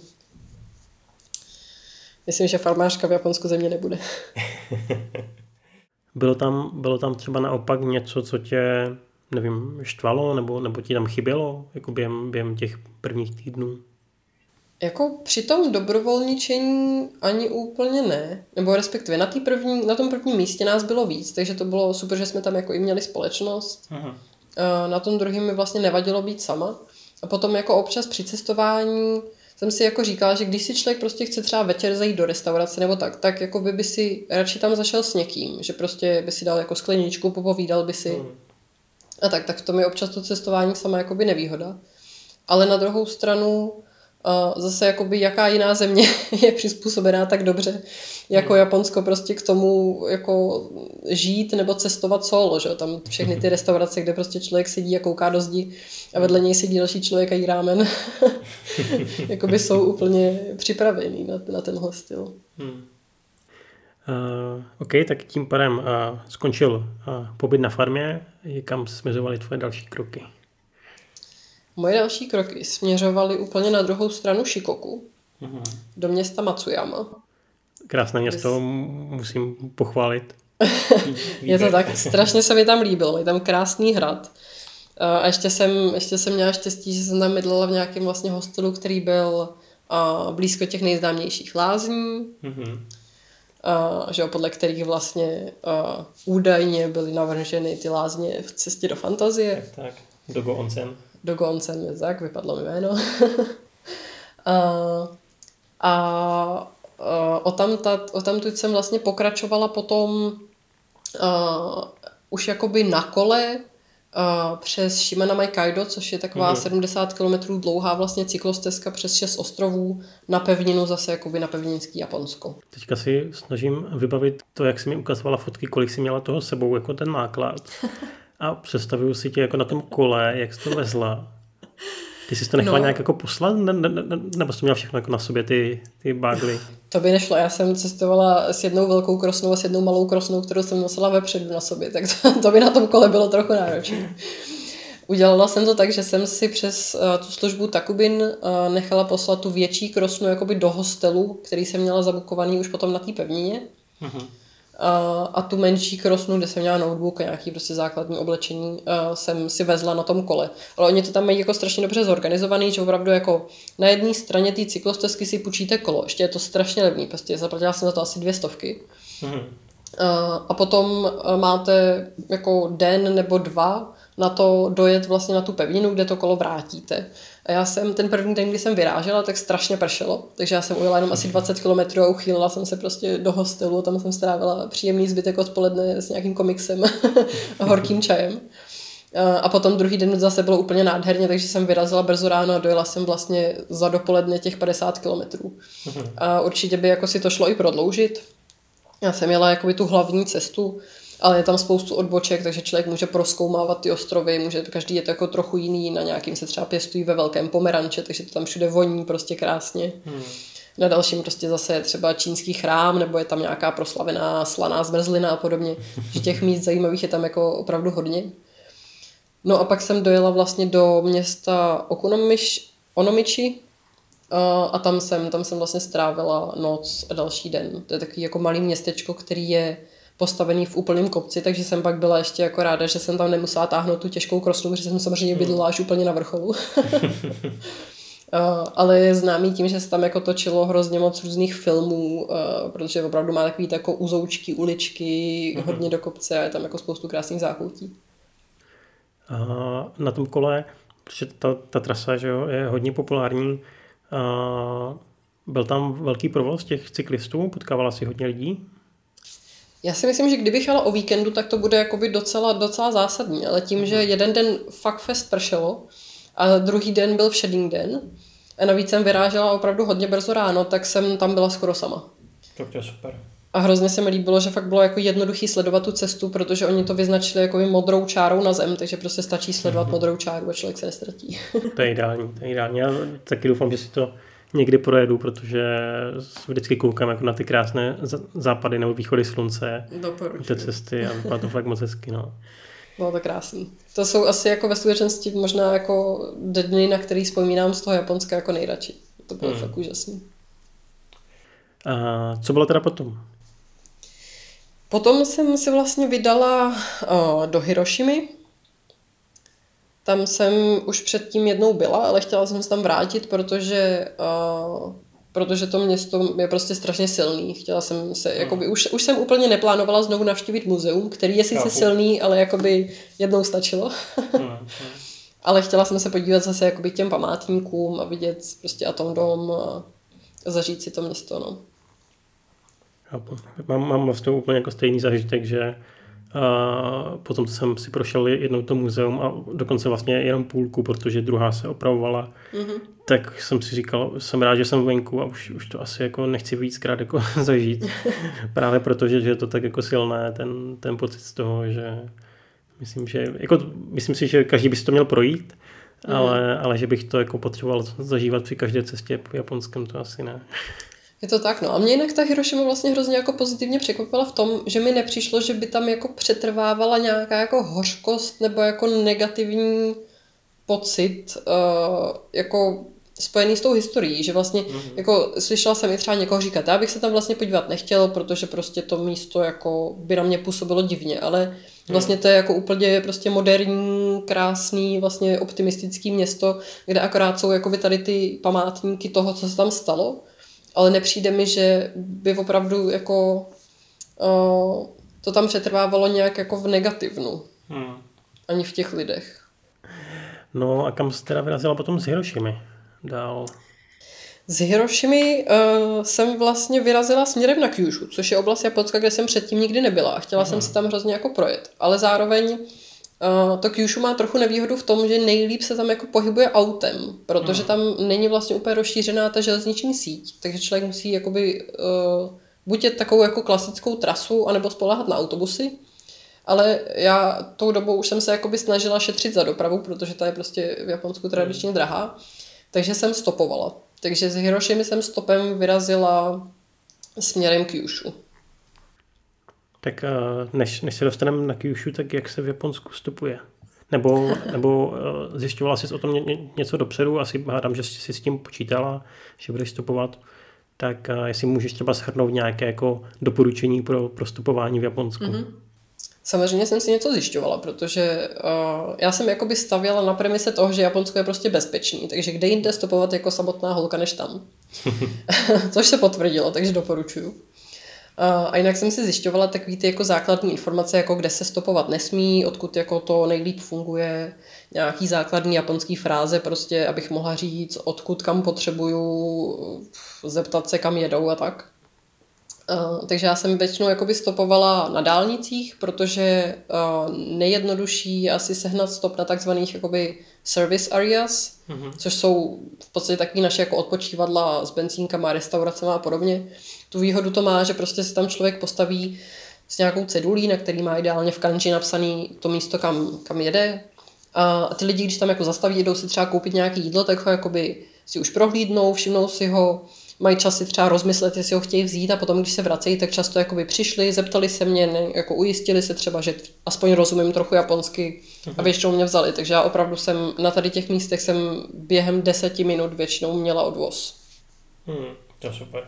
myslím, že farmářka v Japonsku ze mě nebude. Bylo tam, bylo tam třeba naopak něco, co tě... nevím, štvalo, nebo, nebo ti tam chybělo jako během, během těch prvních týdnů? Jako při tom dobrovolničení ani úplně ne. Nebo respektive na, tý první, na tom prvním místě nás bylo víc, takže to bylo super, že jsme tam jako i měli společnost. Aha. Na tom druhém mi vlastně nevadilo být sama. A potom jako občas při cestování jsem si jako říkala, že když si člověk prostě chce třeba večer zajít do restaurace nebo tak, tak jako by, by si radši tam zašel s někým, že prostě by si dal jako skleničku, popovídal by si. Hmm. A tak, tak v tom je občas to cestování sama jakoby nevýhoda. Ale na druhou stranu uh, zase jakoby jaká jiná země je přizpůsobená tak dobře jako hmm. Japonsko prostě k tomu jako žít nebo cestovat solo, že? Tam všechny ty restaurace, kde prostě člověk sedí a kouká do zdi a vedle něj sedí další člověk a jí rámen, jakoby jsou úplně připravený na, na tenhle styl. Hmm. Uh, OK, tak tím pádem uh, skončil uh, pobyt na farmě. Kam směřovaly tvoje další kroky? Moje další kroky směřovaly úplně na druhou stranu Shikoku, uh-huh. do města Matsuyama. Krásné město, Vys... musím pochválit. Je to tak, strašně se mi tam líbilo, je tam krásný hrad. A ještě jsem, ještě jsem měla štěstí, že jsem tam bydlela v nějakém vlastně hostelu, který byl uh, blízko těch nejznámějších lázní. Uh-huh. Uh, že jo, podle kterých vlastně uh, údajně byly navrženy ty lázně v cestě do fantazie. Tak, tak. Dogo Onsen. Dogo Onsen, je tak, vypadlo mi jméno. uh, a uh, o tamtud jsem vlastně pokračovala potom uh, už jakoby na kole uh, přes Shimanamai Kaido, což je taková mm-hmm. sedmdesát kilometrů dlouhá vlastně cyklostezka přes šest ostrovů na pevninu, zase jakoby na pevninský Japonsko. Teďka si snažím vybavit to, jak jsi mi ukazovala fotky, kolik jsi měla toho sebou, jako ten náklad. A představuju si tě jako na tom kole, jak jsi to vezla. Ty jsi to nechala no. nějak jako poslat, ne, ne, ne, nebo jsi to měla všechno jako na sobě, ty, ty bágly? To by nešlo, já jsem cestovala s jednou velkou krosnou a s jednou malou krosnou, kterou jsem nosila vepředu na sobě, tak to, to by na tom kole bylo trochu náročné. Udělala jsem to tak, že jsem si přes uh, tu službu Takubin uh, nechala poslat tu větší krosnu jakoby do hostelu, který jsem měla zabukovaný už potom na té pevnině. Uh-huh. Uh, a tu menší krosnu, kde jsem měla notebook a nějaký prostě základní oblečení, uh, jsem si vezla na tom kole. Ale oni to tam mají jako strašně dobře zorganizovaný, že opravdu jako na jedné straně té cyklostezky si půjčíte kolo, ještě je to strašně levný, prostě zaplatila jsem za to asi dvě stovky. Mm. Uh, a potom uh, máte jako den nebo dva na to dojet vlastně na tu pevninu, kde to kolo vrátíte. A já jsem ten první den, kdy jsem vyrážela, tak strašně pršelo, takže já jsem ujela jenom asi dvacet kilometrů a uchýlila jsem se prostě do hostelu, tam jsem strávila příjemný zbytek odpoledne s nějakým komiksem a horkým čajem. A potom druhý den zase bylo úplně nádherně, takže jsem vyrazila brzo ráno a dojela jsem vlastně za dopoledne těch padesát kilometrů. A určitě by jako si to šlo i prodloužit. Já jsem jela jakoby tu hlavní cestu, ale je tam spoustu odboček, takže člověk může prozkoumávat ty ostrovy, může, každý je to jako trochu jiný, na nějakým se třeba pěstují ve velkém pomeranče, takže to tam všude voní prostě krásně. Hmm. Na dalším prostě zase je třeba čínský chrám, nebo je tam nějaká proslavená slaná zmrzlina a podobně, že těch míst zajímavých je tam jako opravdu hodně. No a pak jsem dojela vlastně do města Okunomiš, Onomichi a tam jsem, tam jsem vlastně strávila noc a další den. To je takový jako malý městečko, který je postavený v úplném kopci, takže jsem pak byla ještě jako ráda, že jsem tam nemusela táhnout tu těžkou krosnu, protože jsem samozřejmě bydlela až úplně na vrcholu. Uh, ale je známý tím, že se tam jako točilo hrozně moc různých filmů, uh, protože opravdu má takový jako uzoučky, uličky, mm-hmm. hodně do kopce a je tam jako spoustu krásných zákoutí. Uh, na tom kole, protože ta, ta trasa, že jo, je hodně populární, uh, byl tam velký provoz těch cyklistů, potkávala si hodně lidí? Já si myslím, že kdybych jela o víkendu, tak to bude jakoby docela, docela zásadní, ale tím, že jeden den fakt fest pršelo a druhý den byl všední den a navíc jsem vyrážela opravdu hodně brzo ráno, tak jsem tam byla skoro sama. Tak to je super. A hrozně se mi líbilo, že fakt bylo jako jednoduchý sledovat tu cestu, protože oni to vyznačili jako modrou čárou na zem, takže prostě stačí sledovat mm-hmm. modrou čáru a člověk se nestratí. To je ideální, to je ideální. Já taky doufám, že si to někdy projedu, protože vždycky koukám jako na ty krásné západy nebo východy slunce, té cesty a vypadá to fakt moc hezky. No. Bylo to krásný. To jsou asi jako ve skutečnosti možná jako dny, na který vzpomínám z toho Japonska jako nejradši. To bylo hmm. fakt úžasný. A co bylo teda potom? Potom jsem si vlastně vydala o, do Hirošimy. Tam jsem už předtím jednou byla, ale chtěla jsem se tam vrátit, protože, uh, protože to město je prostě strašně silný. Chtěla jsem se, hmm. jakoby, už, už jsem úplně neplánovala znovu navštívit muzeum, který je sice Chápu. silný, ale jakoby jednou stačilo. hmm. Ale chtěla jsem se podívat zase jakoby těm památníkům a vidět prostě Atom Dome a zažít si to město, no. Mám, mám vlastně úplně jako stejný zážitek, že a potom jsem si prošel jednou to muzeum a dokonce vlastně jenom půlku, protože druhá se opravovala, mm-hmm. tak jsem si říkal, jsem rád, že jsem venku a už, už to asi jako nechci víckrát jako zažít. Právě protože že je to tak jako silné, ten, ten pocit z toho, že myslím, že jako, myslím si, že každý by si to měl projít, mm-hmm. ale, ale že bych to jako potřeboval zažívat při každé cestě po japonském, to asi ne. Je to tak, no. A mě jinak ta Hirošima vlastně hrozně jako pozitivně překvapila v tom, že mi nepřišlo, že by tam jako přetrvávala nějaká jako hořkost nebo jako negativní pocit uh, jako spojený s tou historií, že vlastně mm-hmm. jako slyšela jsem i třeba někoho říkat, já bych se tam vlastně podívat nechtěl, protože prostě to místo jako by na mě působilo divně, ale vlastně to je jako úplně prostě moderní, krásný, vlastně optimistický město, kde akorát jsou jakoby tady ty památníky toho, co se tam stalo. Ale nepřijde mi, že by opravdu jako uh, to tam přetrvávalo nějak jako v negativnu. Hmm. Ani v těch lidech. No a kam jsi teda vyrazila potom z Hirošimy dál? Z Hirošimy uh, jsem vlastně vyrazila směrem na Kyushu, což je oblast Japonska, kde jsem předtím nikdy nebyla a chtěla hmm. jsem si tam hrozně jako projet. Ale zároveň Uh, to Kyushu má trochu nevýhodu v tom, že nejlíp se tam jako pohybuje autem, protože tam není vlastně úplně rozšířená ta železniční síť, takže člověk musí jakoby uh, buď jet takovou jako klasickou trasu, anebo spoléhat na autobusy, ale já tou dobou už jsem se jakoby snažila šetřit za dopravu, protože ta je prostě v Japonsku tradičně drahá, takže jsem stopovala. Takže z Hirošimy jsem stopem vyrazila směrem Kyushu. Tak než, než se dostaneme na Kyushu, tak jak se v Japonsku stopuje? Nebo, nebo zjišťovala jsi o tom ně, něco dopředu? Asi hádám, že jsi s tím počítala, že budeš stopovat. Tak jestli můžeš třeba shrnout nějaké jako doporučení pro, pro stopování v Japonsku. Mm-hmm. Samozřejmě jsem si něco zjišťovala, protože uh, já jsem jakoby stavěla na premise toho, že Japonsko je prostě bezpečný, takže kde jinde stopovat jako samotná holka než tam. Což se potvrdilo, takže doporučuju. A jinak jsem si zjišťovala takový ty jako základní informace, jako kde se stopovat nesmí, odkud jako to nejlíp funguje, nějaký základní japonský fráze, prostě abych mohla říct, odkud kam potřebuju, zeptat se, kam jedou a tak. Uh, takže já jsem většinou jakoby stopovala na dálnicích, protože uh, nejjednodušší je asi sehnat stop na takzvaných jakoby service areas, mm-hmm. což jsou v podstatě takový naše jako odpočívadla s benzínkama, restauracemi a podobně. Tu výhodu to má, že prostě se tam člověk postaví s nějakou cedulí, na který má ideálně v kanji napsaný to místo, kam, kam jede. A ty lidi, když tam jako zastaví, jdou si třeba koupit nějaké jídlo, tak ho jakoby si už prohlídnou, všimnou si ho, mají čas si třeba rozmyslet, jestli ho chtějí vzít a potom, když se vracejí, tak často jakoby přišli, zeptali se mě, ne, jako ujistili se třeba, že aspoň rozumím trochu japonsky a většinou mě vzali. Takže já opravdu jsem na tady těch místech jsem během deseti minut většinou měla odvoz. Hmm, to je super.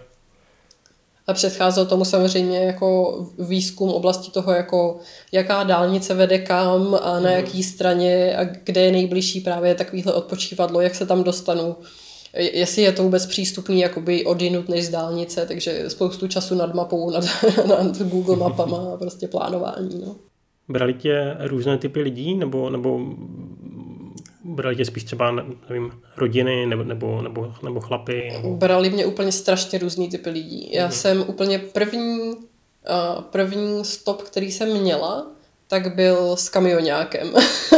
A předcházel tomu samozřejmě jako výzkum oblasti toho, jako jaká dálnice vede kam a na jaký straně a kde je nejbližší právě takovýhle odpočívadlo, jak se tam dostanu. Jestli je to vůbec přístupný jakoby odinut než z dálnice, takže spoustu času nad mapou, nad, nad Google mapama a prostě plánování. No. Brali tě různé typy lidí, nebo, nebo brali tě spíš třeba, nevím, rodiny, nebo, nebo, nebo, nebo chlapy? Nebo... Brali mě úplně strašně různý typy lidí. Já mm. jsem úplně první, první stop, který jsem měla, tak byl s kamionákem.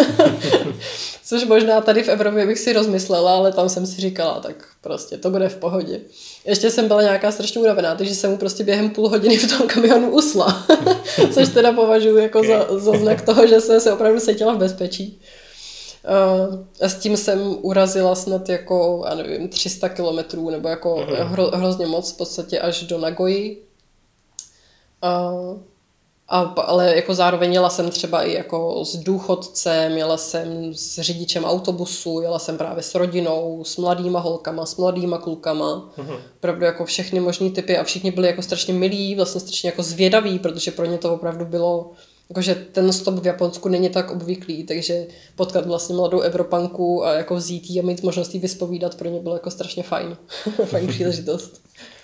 Což možná tady v Evropě bych si rozmyslela, ale tam jsem si říkala, tak prostě to bude v pohodě. Ještě jsem byla nějaká strašně unavená, takže jsem mu prostě během půl hodiny v tom kamionu usla. Což teda považuji jako okay. za, za znak toho, že jsem se opravdu cítila v bezpečí. A s tím jsem urazila snad jako, já nevím, tři sta kilometrů, nebo jako hro, hrozně moc, v podstatě až do Nagoji. A A, ale jako zároveň jela jsem třeba i jako s důchodcem, jela jsem s řidičem autobusu, jela jsem právě s rodinou, s mladýma holkama, s mladýma klukama. Uh-huh. Opravdu jako všechny možný typy a všichni byli jako strašně milí, vlastně strašně jako zvědaví, protože pro ně to opravdu bylo, jakože ten stop v Japonsku není tak obvyklý, takže potkat vlastně mladou Evropanku a jako vzít jí a mít možnost jí vyspovídat pro ně bylo jako strašně fajn. Fajn příležitost.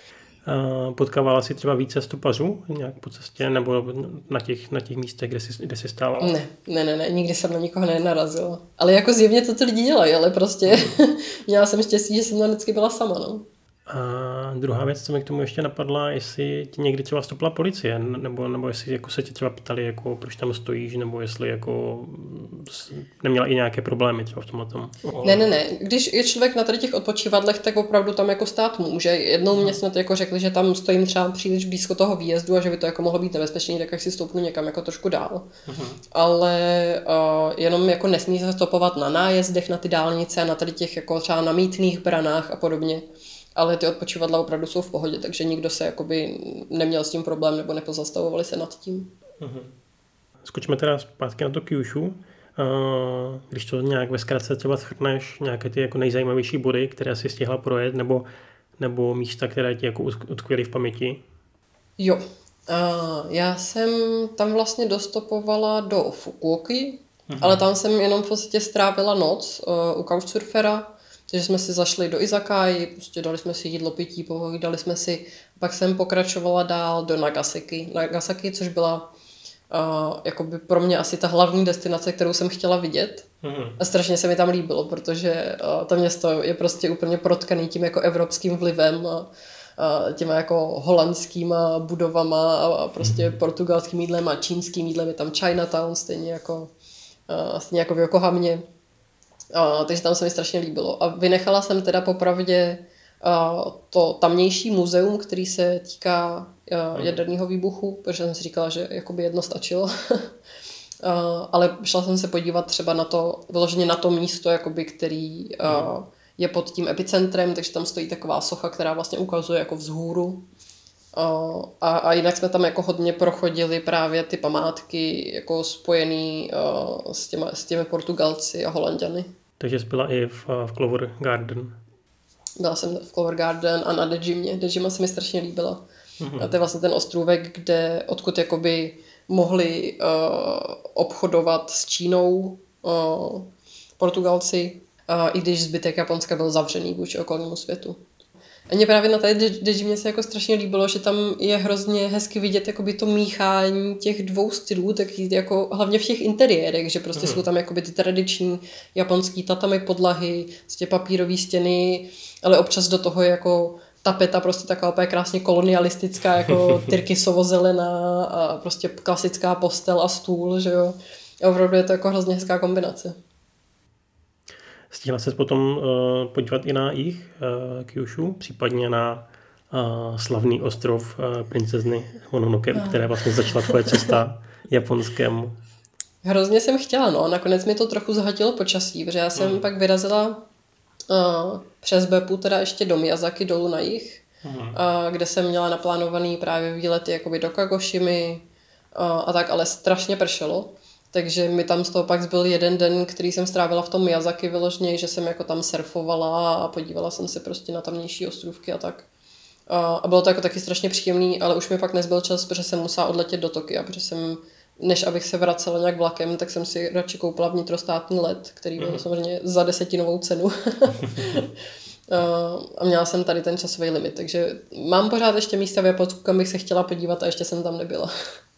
Potkávala jsi třeba více stopařů nějak po cestě nebo na těch, na těch místech, kde jsi, kde jsi stála? Ne, ne, ne, ne, nikdy jsem na nikoho nenarazila. Ale jako zjevně to ty lidi dělají, ale prostě měla jsem štěstí, že jsem tam vždycky byla sama, no. A druhá věc, co mi k tomu ještě napadla, jestli ti někdy třeba stopla policie, nebo, nebo jestli jako se tě třeba ptali, jako, proč tam stojíš, nebo jestli jako neměla i nějaké problémy třeba v tomhle tom. Ne, ne, ne. Když je člověk na tady těch odpočívadlech, tak opravdu tam jako stát může. Jednou mě snad jako řekli, že tam stojím třeba příliš blízko toho výjezdu a že by to jako mohlo být nebezpečný, tak jak si stoupnu někam jako trošku dál. Uh-huh. Ale uh, jenom jako nesmí se stopovat na nájezdech, na ty dálnice, na tady těch jako třeba na mýtných branách a podobně. Ale ty odpočívadla opravdu jsou v pohodě, takže nikdo se jakoby neměl s tím problém nebo nepozastavovali se nad tím. Uh-huh. Skočme teda zpátky na to Kyushu. Uh, když to nějak ve zkratce třeba shrneš, nějaké ty jako nejzajímavější body, které jsi stihla projet, nebo, nebo místa, které ti jako utkvěly v paměti? Jo. Uh, já jsem tam vlastně dostopovala do Fukuoky, uh-huh. ale tam jsem jenom v podstatě strávila noc uh, u couchsurfera. Takže jsme si zašli do Izakai, prostě dali jsme si jídlo, pití, povídali jsme si. Pak jsem pokračovala dál do Nagasaki, Nagasaki což byla uh, jakoby pro mě asi ta hlavní destinace, kterou jsem chtěla vidět. Mm. A strašně se mi tam líbilo, protože uh, to město je prostě úplně protkaný tím jako evropským vlivem a uh, těma jako holandskýma budovama a prostě mm. portugalským jídlem a čínským jídlem. Je tam Chinatown, stejně jako, uh, stejně jako v Yokohamě. Uh, takže tam se mi strašně líbilo. A vynechala jsem teda popravdě uh, to tamnější muzeum, který se týká uh, jaderného výbuchu, protože jsem si říkala, že jakoby jedno stačilo. uh, ale šla jsem se podívat třeba na to, vyloženě na to místo, jakoby, který uh, je pod tím epicentrem, takže tam stojí taková socha, která vlastně ukazuje jako vzhůru. Uh, a, a jinak jsme tam jako hodně prochodili právě ty památky jako spojený uh, s, těma, s těmi Portugalci a Holanďany. Takže jsi byla i v, v Clover Garden. Byla jsem v Clover Garden a na Dejimě. Dejima se mi strašně líbila. Mm-hmm. A to je vlastně ten ostrůvek, kde, odkud jakoby mohli uh, obchodovat s Čínou uh, Portugalci, uh, i když zbytek Japonska byl zavřený vůči okolnímu světu. A mě právě na té Dejimě se jako strašně líbilo, že tam je hrozně hezky vidět jakoby to míchání těch dvou stylů, tak jako hlavně v těch interiérech, že prostě mm. jsou tam jakoby ty tradiční japonský tatami podlahy, prostě papírové stěny, ale občas do toho je jako tapeta prostě taková úplně krásně kolonialistická, jako tyrkysovo-zelená a prostě klasická postel a stůl, že jo. A opravdu je to jako hrozně hezká kombinace. Stihla ses potom uh, podívat i na jich uh, Kyushu, případně na uh, slavný ostrov uh, princezny Mononoke, no. které vlastně začala tvoje cesta Japonskem. Hrozně jsem chtěla, no. Nakonec mi to trochu zhatilo počasí, protože já jsem mm. pak vyrazila uh, přes Beppu, teda ještě do Miyazaki dolů na jih, mm. uh, kde jsem měla naplánovaný právě výlety jakoby do Kagošimy uh, a tak, ale strašně pršelo. Takže mi tam z toho pak byl jeden den, který jsem strávila v tom Miyazaki vyloženě, že jsem jako tam surfovala a podívala jsem se prostě na tamnější ostrůvky a tak. A bylo to jako taky strašně příjemný, ale už mi pak nezbyl čas, protože jsem musela odletět do Tokia, protože jsem, než abych se vracela nějak vlakem, tak jsem si radši koupila vnitrostátní let, který byl mm. samozřejmě za desetinovou cenu. A měla jsem tady ten časový limit, takže mám pořád ještě místa v Japonsku, kam bych se chtěla podívat a ještě jsem tam nebyla.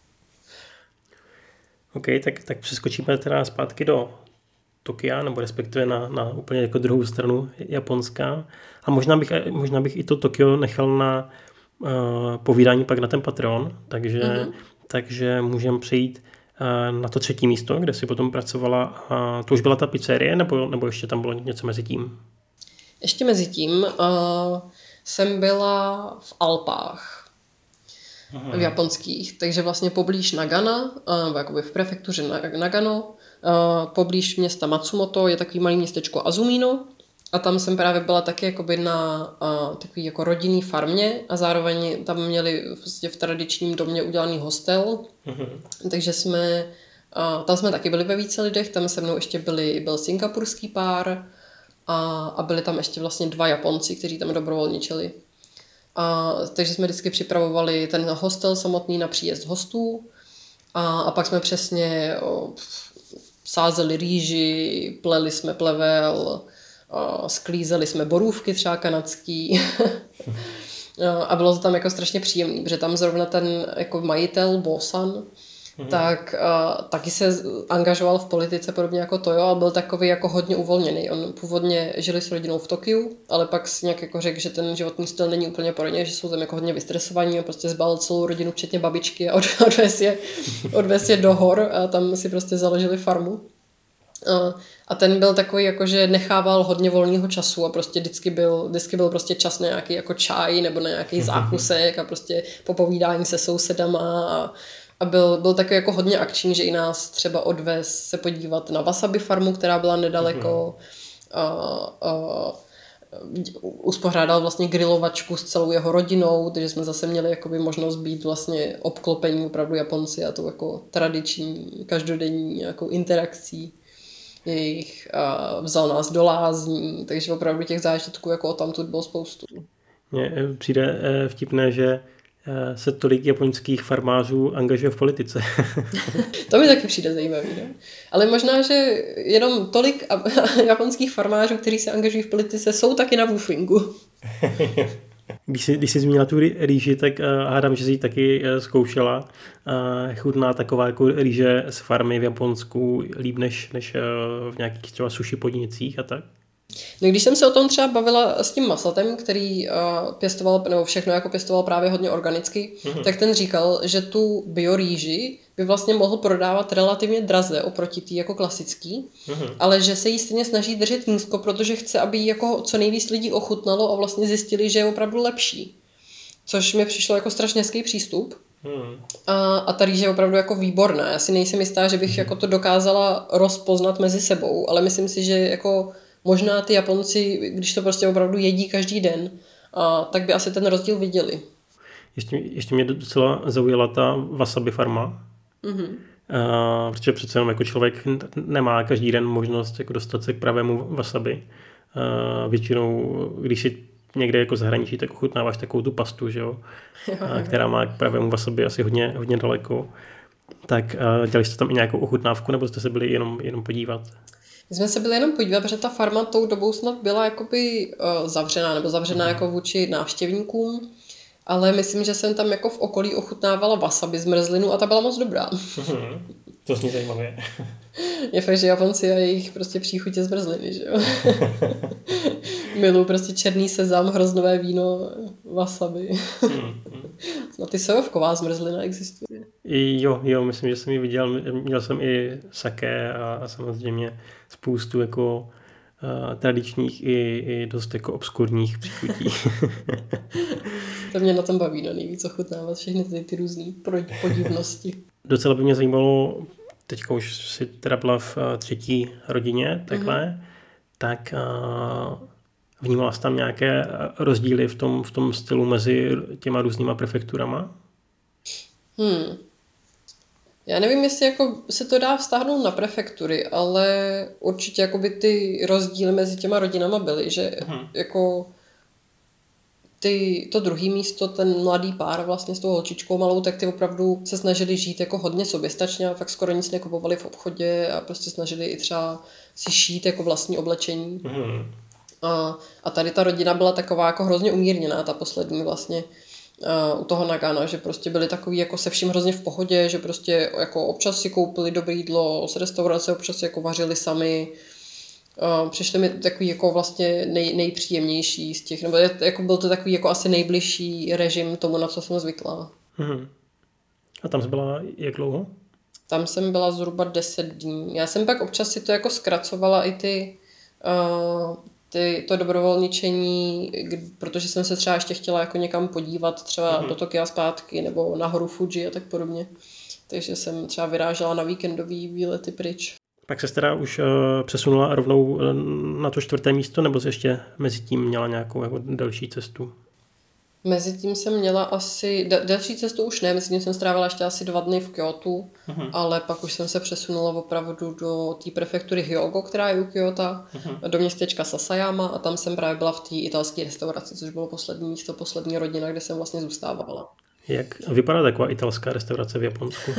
OK, tak, tak přeskočíme teda zpátky do Tokia, nebo respektive na, na úplně jako druhou stranu Japonska. A možná bych, možná bych i to Tokio nechal na uh, povídání pak na ten Patreon, takže, mm-hmm. takže můžeme přejít uh, na to třetí místo, kde si potom pracovala. Uh, to už byla ta pizzerie, nebo, nebo ještě tam bylo něco mezi tím? Ještě mezi tím uh, jsem byla v Alpách. Aha. V japonských, takže vlastně poblíž Nagana, nebo jakoby v prefektuře Nagano, poblíž města Matsumoto je takový malý městečko Azumino a tam jsem právě byla taky jakoby na takový jako rodinný farmě a zároveň tam měli vlastně v tradičním domě udělaný hostel, aha. takže jsme, tam jsme taky byli ve více lidech, tam se mnou ještě byli, byl singapurský pár a, a byli tam ještě vlastně dva Japonci, kteří tam dobrovolničili. A, takže jsme vždycky připravovali ten hostel samotný na příjezd hostů a, a pak jsme přesně o, sázeli rýži, pleli jsme plevel, o, sklízeli jsme borůvky třeba kanadský a bylo to tam jako strašně příjemný, protože tam zrovna ten jako majitel Bosan, Mm. tak uh, taky se angažoval v politice podobně jako to, jo, a byl takový jako hodně uvolněný. On původně žili s rodinou v Tokiu, ale pak si nějak jako řekl, že ten životní styl není úplně pro ně, že jsou tam jako hodně vystresovaní a prostě zbalil celou rodinu, včetně babičky a odvez je, odvez je do hor a tam si prostě založili farmu. Uh, a ten byl takový, jako, že nechával hodně volného času a prostě vždycky byl, vždycky byl prostě čas na nějaký jako čaj nebo na nějaký zákusek a prostě popovídání se sousedama a A byl, byl takový jako hodně akční, že i nás třeba odvez se podívat na wasabi farmu, která byla nedaleko. A, a, uspořádal vlastně grilovačku s celou jeho rodinou, takže jsme zase měli jakoby možnost být vlastně obklopení opravdu Japonci a tou jako tradiční, každodenní nějakou interakcí jejich. A vzal nás do lázní, takže opravdu těch zážitků jako o tamtud bylo spoustu. Mně přijde vtipné, že se tolik japonských farmářů angažuje v politice. To mi taky přijde zajímavý, ne? Ale možná, že jenom tolik japonských farmářů, kteří se angažují v politice, jsou taky na Wufingu. Když jsi, když jsi zmínila tu rýži, tak uh, hádám, že jsi ji taky uh, zkoušela. Uh, chutná taková jako rýže z farmy v Japonsku líp než, než uh, v nějakých třeba sushi podnicích a tak? No, když jsem se o tom třeba bavila s tím masatem, který uh, pěstoval, nebo všechno jako pěstoval právě hodně organicky, mm-hmm. tak ten říkal, že tu biorýži by vlastně mohl prodávat relativně draze oproti tý jako klasický, mm-hmm. ale že se jí stejně snaží držet nízko, protože chce, aby jí jako co nejvíc lidí ochutnalo a vlastně zjistili, že je opravdu lepší. Což mi přišlo jako strašně hezký přístup. Hmm. A, a ta rýže je opravdu jako výborná. Já si nejsem jistá, že bych hmm. jako to dokázala rozpoznat mezi sebou, ale myslím si, že jako možná ty Japonci, když to prostě opravdu jedí každý den, a, tak by asi ten rozdíl viděli. Ještě, ještě mě docela zaujala ta wasabi farma, mm-hmm. a, protože přece jenom jako člověk nemá každý den možnost jako dostat se k pravému wasabi. A, většinou, když si někde jako zahraničí, tak ochutnáváš takovou tu pastu, že jo? Jo, jo. A, která má k pravému wasabi asi hodně, hodně daleko. Tak a, dělali jste tam i nějakou ochutnávku, nebo jste se byli jenom, jenom podívat? My jsme se byli jenom podívat, protože ta farma tou dobou snad byla jakoby uh, zavřená, nebo zavřená jako vůči návštěvníkům, ale myslím, že jsem tam jako v okolí ochutnávala wasabi zmrzlinu a ta byla moc dobrá. To zní zajímavě. Je fakt, že Japonci a jejich prostě příchutě zmrzliny, že jo? Miluji prostě černý sezam, hroznové víno, wasabi. No ty sojovková zmrzlina existuje. I jo, jo, myslím, že jsem ji viděl. Měl jsem i saké a, a samozřejmě spoustu jako uh, tradičních i, i dost jako obskurních příchutí. To mě na tom baví, no, nejvíc ochutnávat všechny ty, ty různé podivnosti. Docela by mě zajímalo, teďka už si teda byla v uh, třetí rodině, takhle, mm-hmm. tak uh, vnímala jsi tam nějaké rozdíly v tom, v tom stylu mezi těma různýma prefekturama? Hmm. Já nevím, jestli jako se to dá vztáhnout na prefektury, ale určitě jakoby ty rozdíly mezi těma rodinama byly, že hmm. jako ty, to druhý místo, ten mladý pár vlastně s tou holčičkou malou, tak ty opravdu se snažili žít jako hodně soběstačně a fakt skoro nic nekupovali v obchodě a prostě snažili i třeba si šít jako vlastní oblečení. Hmm. A, a tady ta rodina byla taková jako hrozně umírněná, ta poslední vlastně uh, u toho Nagana, že prostě byli takový jako se vším hrozně v pohodě, že prostě jako občas si koupili dobré jídlo z restaurace, občas si jako vařili sami. Uh, přišli mi takový jako vlastně nej, nejpříjemnější z těch, nebo jako byl to takový jako asi nejbližší režim tomu, na co jsem zvykla. Hmm. A tam jsi byla jak dlouho? Tam jsem byla zhruba deset dní. Já jsem pak občas si to jako zkracovala i ty uh, Ty, to dobrovolničení, protože jsem se třeba ještě chtěla jako někam podívat, třeba mm-hmm. do Tokia zpátky, nebo na horu Fuji a tak podobně. Takže jsem třeba vyrážela na víkendový výlety pryč. Pak se teda už uh, přesunula rovnou na to čtvrté místo, nebo jsi ještě mezi tím měla nějakou jako delší cestu? Mezitím jsem měla asi, de- delší cestu už ne, mezitím jsem strávila ještě asi dva dny v Kyotu, uh-huh. ale pak už jsem se přesunula opravdu do té prefektury Hyogo, která je u Kyoto, uh-huh. do městečka Sasayama a tam jsem právě byla v té italské restauraci, což bylo poslední místo, poslední rodina, kde jsem vlastně zůstávala. Jak vypadá taková italská restaurace v Japonsku?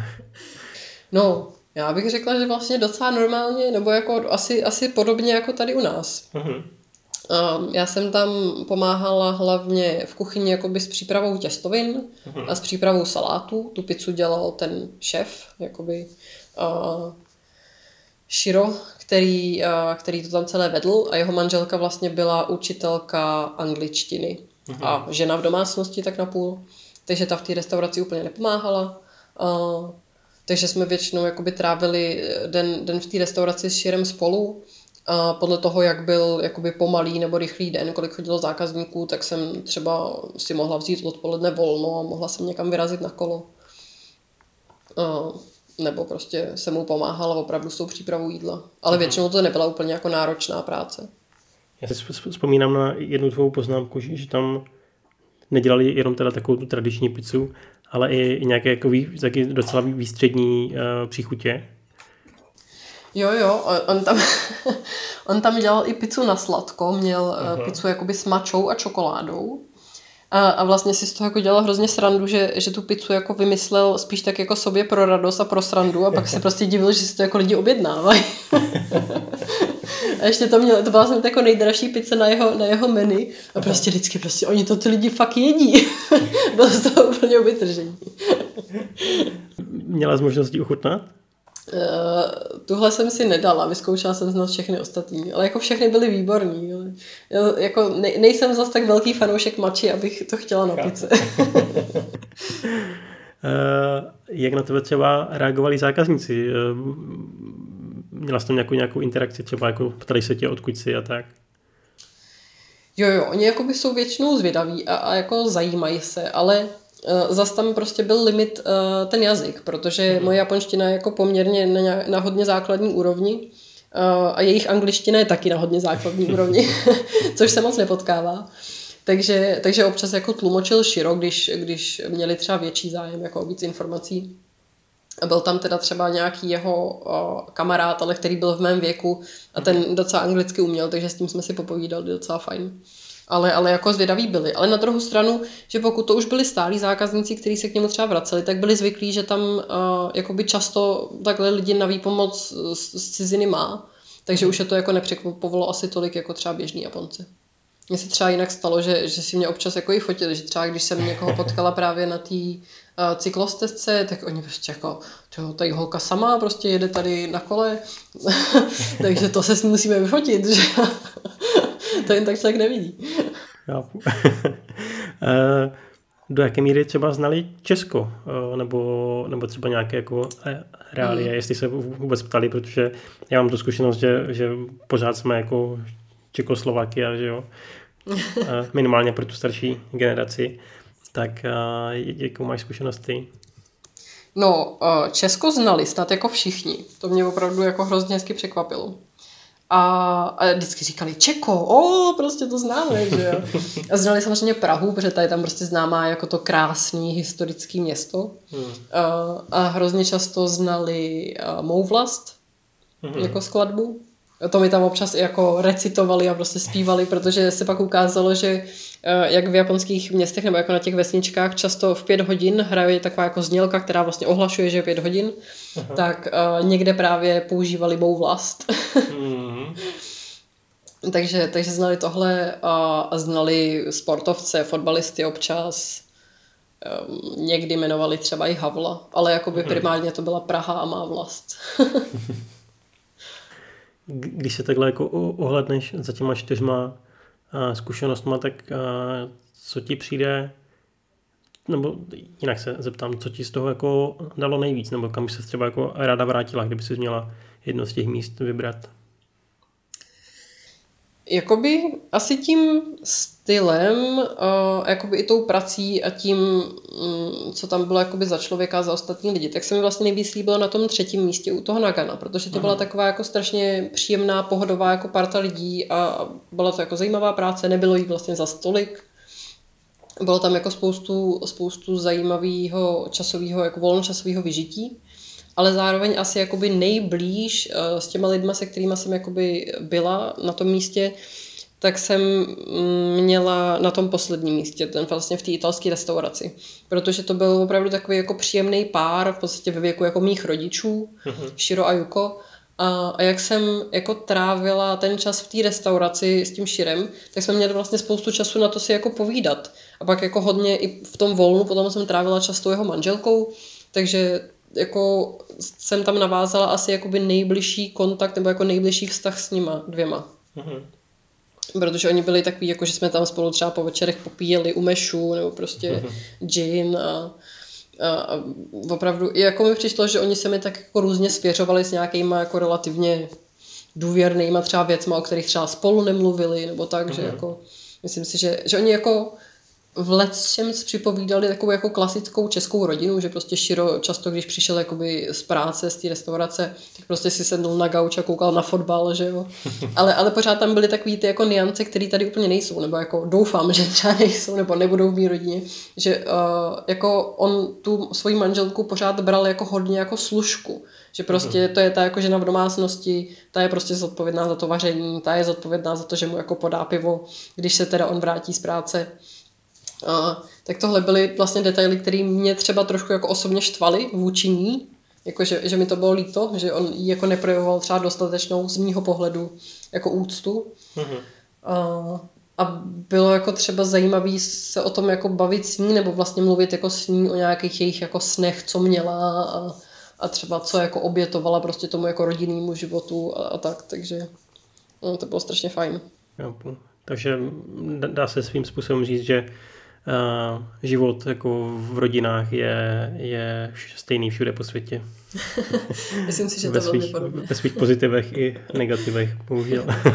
No, já bych řekla, že vlastně docela normálně, nebo jako asi, asi podobně jako tady u nás. Uh-huh. Já jsem tam pomáhala hlavně v kuchyni jakoby s přípravou těstovin a s přípravou salátu. Tu pizzu dělal ten šéf, jakoby uh, Shiro, který, uh, který to tam celé vedl, a jeho manželka vlastně byla učitelka angličtiny uh-huh. a žena v domácnosti tak napůl. Takže ta v té restauraci úplně nepomáhala. Uh, takže jsme většinou jakoby trávili den, den v té restauraci s Shirem spolu. A podle toho, jak byl jakoby pomalý nebo rychlý den, kolik chodilo zákazníků, tak jsem třeba si mohla vzít odpoledne volno a mohla jsem někam vyrazit na kolo. A nebo prostě jsem mu pomáhala opravdu s tou přípravou jídla. Ale většinou to nebyla úplně jako náročná práce. Já si vzpomínám na jednu tvou poznámku, že tam nedělali jenom teda takovou tu tradiční pizzu, ale i nějaké jako vý, taky docela výstřední uh, příchutě. Jo, jo, on tam, on tam dělal i pizzu na sladko, měl uh-huh. pizzu jakoby s mačou a čokoládou. A, a vlastně si z toho jako dělal hrozně srandu, že, že tu pizzu jako vymyslel spíš tak jako sobě pro radost a pro srandu, a pak se prostě divil, že si to jako lidi objednávají. A ještě to měl, to byla jsem jako nejdražší pizza na jeho, na jeho menu, a prostě vždycky prostě oni to ty lidi fakt jedí. Bylo z toho úplně vytržení. Měla jsi možnost ochutnat? Uh, tuhle jsem si nedala, vyzkoušela jsem znát všechny ostatní, ale jako všechny byly výborný. Ale já, jako ne, nejsem zas tak velký fanoušek mači, abych to chtěla na pice. uh, jak na tebe třeba reagovali zákazníci? Uh, měla jsi tam nějakou, nějakou interakci, třeba jako ptali se tě, odkud jsi a tak? Jo, jo, oni jakoby jsou většinou zvědaví a, a jako zajímají se, ale Uh, zas tam prostě byl limit uh, ten jazyk, protože moje japonština je jako poměrně na, na hodně základní úrovni uh, a jejich angličtina je taky na hodně základní úrovni, což se moc nepotkává. Takže, takže občas jako tlumočil Shiro, když, když měli třeba větší zájem jako o víc informací. A byl tam teda třeba nějaký jeho uh, kamarád, ale který byl v mém věku a ten docela anglicky uměl, takže s tím jsme si popovídali docela fajn. Ale, ale jako zvědaví byli. Ale na druhou stranu, že pokud to už byli stálí zákazníci, kteří se k němu třeba vraceli, tak byli zvyklí, že tam uh, jakoby často takhle lidi na výpomoc z, z ciziny má. Takže už je to jako nepřekvapovalo asi tolik jako třeba běžní Japonci. Mně se třeba jinak stalo, že, že si mě občas jako i fotili, že třeba když jsem někoho potkala právě na té uh, cyklostezce, tak oni prostě jako, to tady holka sama prostě jede tady na kole, takže to se s ní musíme vyfotit, že to jen tak člověk nevidí. Do jaké míry třeba znali Česko? Nebo, nebo třeba nějaké jako reálie, hmm. jestli se vůbec ptali, protože já mám tu zkušenost, že, že pořád jsme jako Čekoslovakia, že jo? Minimálně pro tu starší generaci. Tak jakou máš zkušenost ty? No, Česko znali snad jako všichni. To mě opravdu jako hrozně hezky překvapilo. A, a vždycky říkali Čeko, o, prostě to známe, že jo. A znali samozřejmě Prahu, protože tady tam prostě známá jako to krásný historický město. Hmm. A, a hrozně často znali Mou vlast hmm. jako skladbu. To mi tam občas jako recitovali a prostě zpívali, protože se pak ukázalo, že jak v japonských městech nebo jako na těch vesničkách často v pět hodin hraje taková jako znělka, která vlastně ohlašuje, že je pět hodin, aha. tak uh, někde právě používali Mou vlast. Mm. takže, takže znali tohle a, a znali sportovce, fotbalisty občas. Um, někdy jmenovali třeba i Havla, ale jakoby mm. primárně to byla Praha a Má vlast. Když se takhle jako ohledneš za těma čtyřma zkušenostma, tak co ti přijde, nebo jinak se zeptám, co ti z toho jako dalo nejvíc, nebo kam by se třeba jako ráda vrátila, kdyby si měla jedno z těch míst vybrat? Jakoby asi tím stylem, uh, jakoby i tou prací a tím, um, co tam bylo jakoby za člověka, za ostatní lidi, tak se mi vlastně nejvíc líbilo na tom třetím místě u toho Nagana, protože to byla taková jako strašně příjemná, pohodová jako parta lidí a byla to jako zajímavá práce, nebylo jí vlastně za stolik. Bylo tam jako spoustu, spoustu zajímavého časového, jako volnočasového vyžití. Ale zároveň asi jakoby nejblíž uh, s těma lidma, se kterými jsem jakoby byla na tom místě, tak jsem měla na tom posledním místě, ten vlastně v té italské restauraci. Protože to byl opravdu takový jako příjemný pár, v podstatě ve věku jako mých rodičů, uh-huh. Shiro a Yuko. A, a jak jsem jako trávila ten čas v té restauraci s tím Širem, tak jsme měli vlastně spoustu času na to si jako povídat. A pak jako hodně i v tom volnu potom jsem trávila čas s tou jeho manželkou, takže jako jsem tam navázala asi jakoby nejbližší kontakt nebo jako nejbližší vztah s nima dvěma. Mm-hmm. Protože oni byli takový, jako že jsme tam spolu třeba po večerech popíjeli u mešu nebo prostě mm-hmm. gin a A, a opravdu, i jako mi přišlo, že oni se mi tak jako různě svěřovali s nějakýma jako relativně důvěrnýma třeba věcma, o kterých třeba spolu nemluvili, nebo tak, mm. že jako, myslím si, že, že oni jako v lecčem připovídali takovou jako klasickou českou rodinu, že prostě Širo často, když přišel jakoby z práce, z té restaurace, tak prostě si sednul na gauč a koukal na fotbal, že jo. Ale, ale pořád tam byly takový ty jako niance, které tady úplně nejsou, nebo jako doufám, že třeba nejsou, nebo nebudou v mý rodině, že uh, jako on tu svoji manželku pořád bral jako hodně jako služku, že prostě to je ta jako žena v domácnosti, ta je prostě zodpovědná za to vaření, ta je zodpovědná za to, že mu jako podá pivo, když se teda on vrátí z práce. A, tak tohle byly vlastně detaily, které mě třeba trošku jako osobně štvaly vůči ní, jako že, že mi to bylo líto, že on jí jako neprojevoval třeba dostatečnou z mýho pohledu jako úctu. Mm-hmm. A, a bylo jako třeba zajímavý se o tom jako bavit s ní, nebo vlastně mluvit jako s ní o nějakých jejich jako snech, co měla a, a třeba co jako obětovala prostě tomu jako rodinnému životu a, a tak, takže no, to bylo strašně fajn. Jo, takže dá se svým způsobem říct, že Uh, život jako v rodinách je, je stejný všude po světě. Myslím si, že to velmi podobně. Ve svých pozitivech i negativech, bohužel. uh,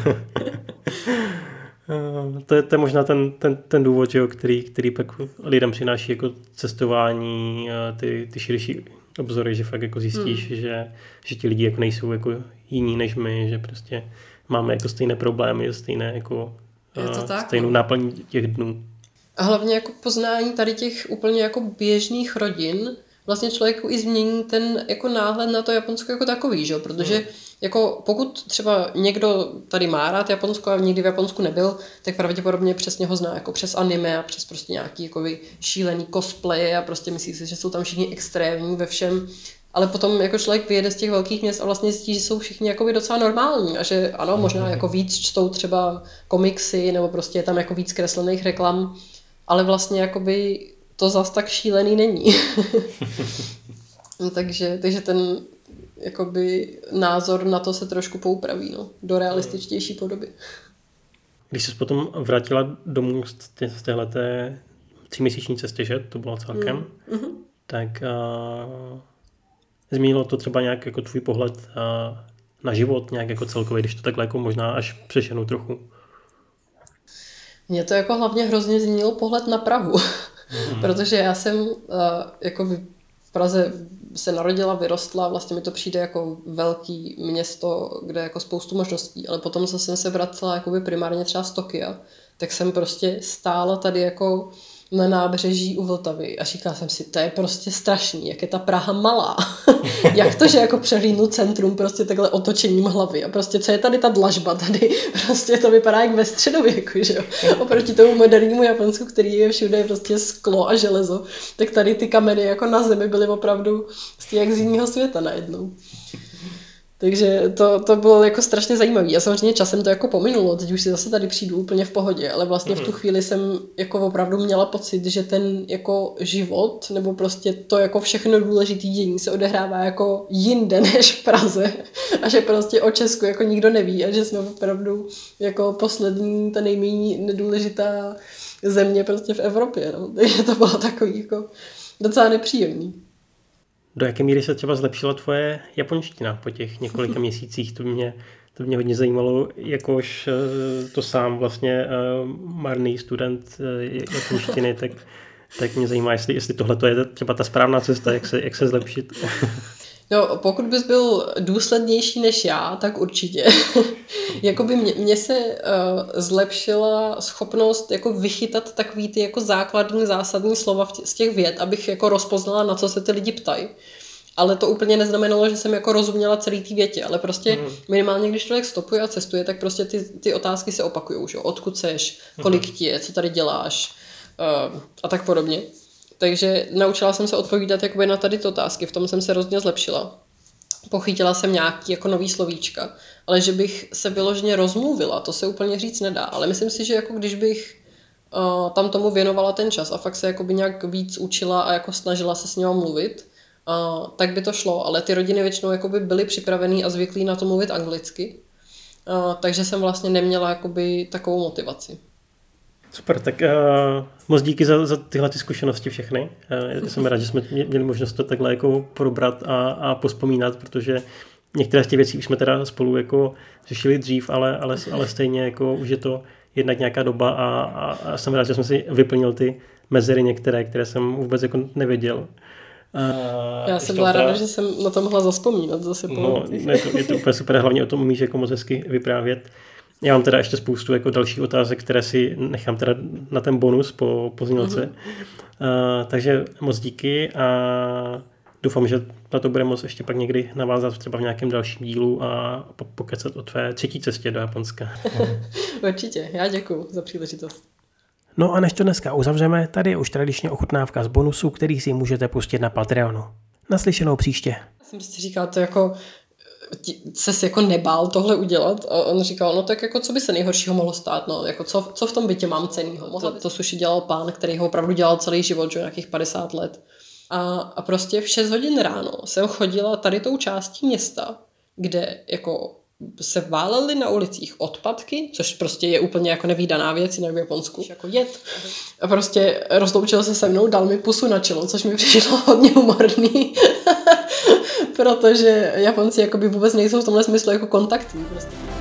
to, je, to je možná ten, ten, ten důvod, že jo, který, který pak lidem přináší jako cestování, uh, ty, ty širší obzory, že fakt jako zjistíš, hmm. že, že ti lidi jako nejsou jako jiní než my, že prostě máme jako stejné problémy, stejné jako, uh, tak, stejnou no. náplň těch dnů. A hlavně jako poznání tady těch úplně jako běžných rodin vlastně člověku i změní ten jako náhled na to Japonsko jako takový, že? Protože hmm. jako pokud třeba někdo tady má rád Japonsko a nikdy v Japonsku nebyl, tak pravděpodobně přesně ho zná jako přes anime a přes prostě nějaký jako šílený cosplay a prostě myslí si, že jsou tam všichni extrémní ve všem. Ale potom jako člověk vyjede z těch velkých měst a vlastně zjistí, že jsou všichni jakoby docela normální a že ano, možná jako víc čtou třeba komiksy nebo prostě je tam jako víc kreslených reklam, ale vlastně jakoby to zas tak šílený není. no, takže, takže ten jakoby názor na to se trošku poupraví, no, do realističtější podoby. Když jsi potom vrátila domů z téhleté tříměsíční cesty, že? To bylo celkem. Mm-hmm. Tak uh, změnilo to třeba nějak jako tvůj pohled uh, na život, nějak jako celkově, když to takhle jako možná až přešenu trochu. Mě to jako hlavně hrozně změnilo pohled na Prahu, mm. protože já jsem uh, jako v Praze se narodila, vyrostla, vlastně mi to přijde jako velký město, kde je jako spoustu možností, ale potom, co jsem se vracela jakoby primárně třeba z Tokia, tak jsem prostě stála tady jako na nábřeží u Vltavy a říkala jsem si, to je prostě strašný, jak je ta Praha malá. Jak to, že jako přehlídnu centrum prostě takhle otočením hlavy a prostě co je tady ta dlažba tady, prostě to vypadá jak ve středověku, že jo. Oproti tomu modernímu Japonsku, který je všude prostě sklo a železo, tak tady ty kameny jako na zemi byly opravdu jak z jiného světa najednou. Takže to, to bylo jako strašně zajímavé. A samozřejmě časem to jako pominulo, teď už si zase tady přijdu úplně v pohodě, ale vlastně mm. v tu chvíli jsem jako opravdu měla pocit, že ten jako život, nebo prostě to jako všechno důležitý dění se odehrává jako jinde než v Praze a že prostě o Česku jako nikdo neví a že jsme opravdu jako poslední, ta nejméně nedůležitá země prostě v Evropě. No. Takže to bylo takový jako docela nepříjemný. Do jaké míry se třeba zlepšila tvoje japonština po těch několika měsících? To by mě, to by mě hodně zajímalo, jakož to sám vlastně marný student japonštiny, tak, tak mě zajímá, jestli, jestli tohle je třeba ta správná cesta, jak se, jak se zlepšit. No, pokud bys byl důslednější než já, tak určitě. Jakoby mě, mě se uh, zlepšila schopnost jako vychytat takový ty jako základní zásadní slova tě, z těch vět, abych jako rozpoznala, na co se ty lidi ptají. Ale to úplně neznamenalo, že jsem jako rozuměla celý té větě, ale prostě mm. minimálně, když člověk stopuje a cestuje, tak prostě ty, ty otázky se opakujou, že? Odkud seš, kolik ti je, co tady děláš uh, a tak podobně. Takže naučila jsem se odpovídat jakoby na tady ty otázky, v tom jsem se hrozně zlepšila. pochytila jsem nějaký jako nový slovíčka, ale že bych se vyloženě rozmluvila, to se úplně říct nedá, ale myslím si, že jako když bych uh, tam tomu věnovala ten čas a fakt se jakoby nějak víc učila a jako snažila se s ním mluvit, uh, tak by to šlo, ale ty rodiny většinou jakoby byly připravený a zvyklí na to mluvit anglicky, uh, takže jsem vlastně neměla jakoby takovou motivaci. Super, tak uh, moc díky za, za tyhle ty zkušenosti všechny. Uh, já jsem rád, že jsme měli možnost to takhle jako probrat a, a pospomínat, protože některé z těch věcí už jsme teda spolu jako řešili dřív, ale, ale, ale stejně jako už je to jednak nějaká doba a, a, a jsem rád, že jsem si vyplnil ty mezery některé, které jsem vůbec jako nevěděl. Uh, Já jsem byla ráda, že jsem na to mohla zazpomínat zase. No, je, to, je to úplně super, hlavně o tom umíš jako moc hezky vyprávět. Já mám teda ještě spoustu jako dalších otázek, které si nechám teda na ten bonus po, po znělce. Mm-hmm. Uh, takže moc díky a doufám, že na to bude moc ještě pak někdy navázat třeba v nějakém dalším dílu a pokecat o tvé třetí cestě do Japonska. Určitě, já děkuju za příležitost. No a než to dneska uzavřeme, tady je už tradičně ochutnávka z bonusu, který si můžete pustit na Patreonu. Naslyšenou příště. Já jsem si říkal, to jako ses jako nebál tohle udělat a on říkal, no tak jako co by se nejhoršího mohlo stát, no jako co, co v tom bytě mám cenného. To, to sushi dělal pán, který ho opravdu dělal celý život, že nějakých padesát let. A, a prostě v šest hodin ráno jsem chodila tady tou částí města, kde jako se válely na ulicích odpadky, což prostě je úplně jako nevídaná věc jinak v Japonsku. Jako jet. A prostě rozloučil se se mnou, dal mi pusu na čelo, což mi přišlo hodně humorný. Protože Japonci jakoby vůbec nejsou v tomhle smyslu jako kontaktní. Prostě.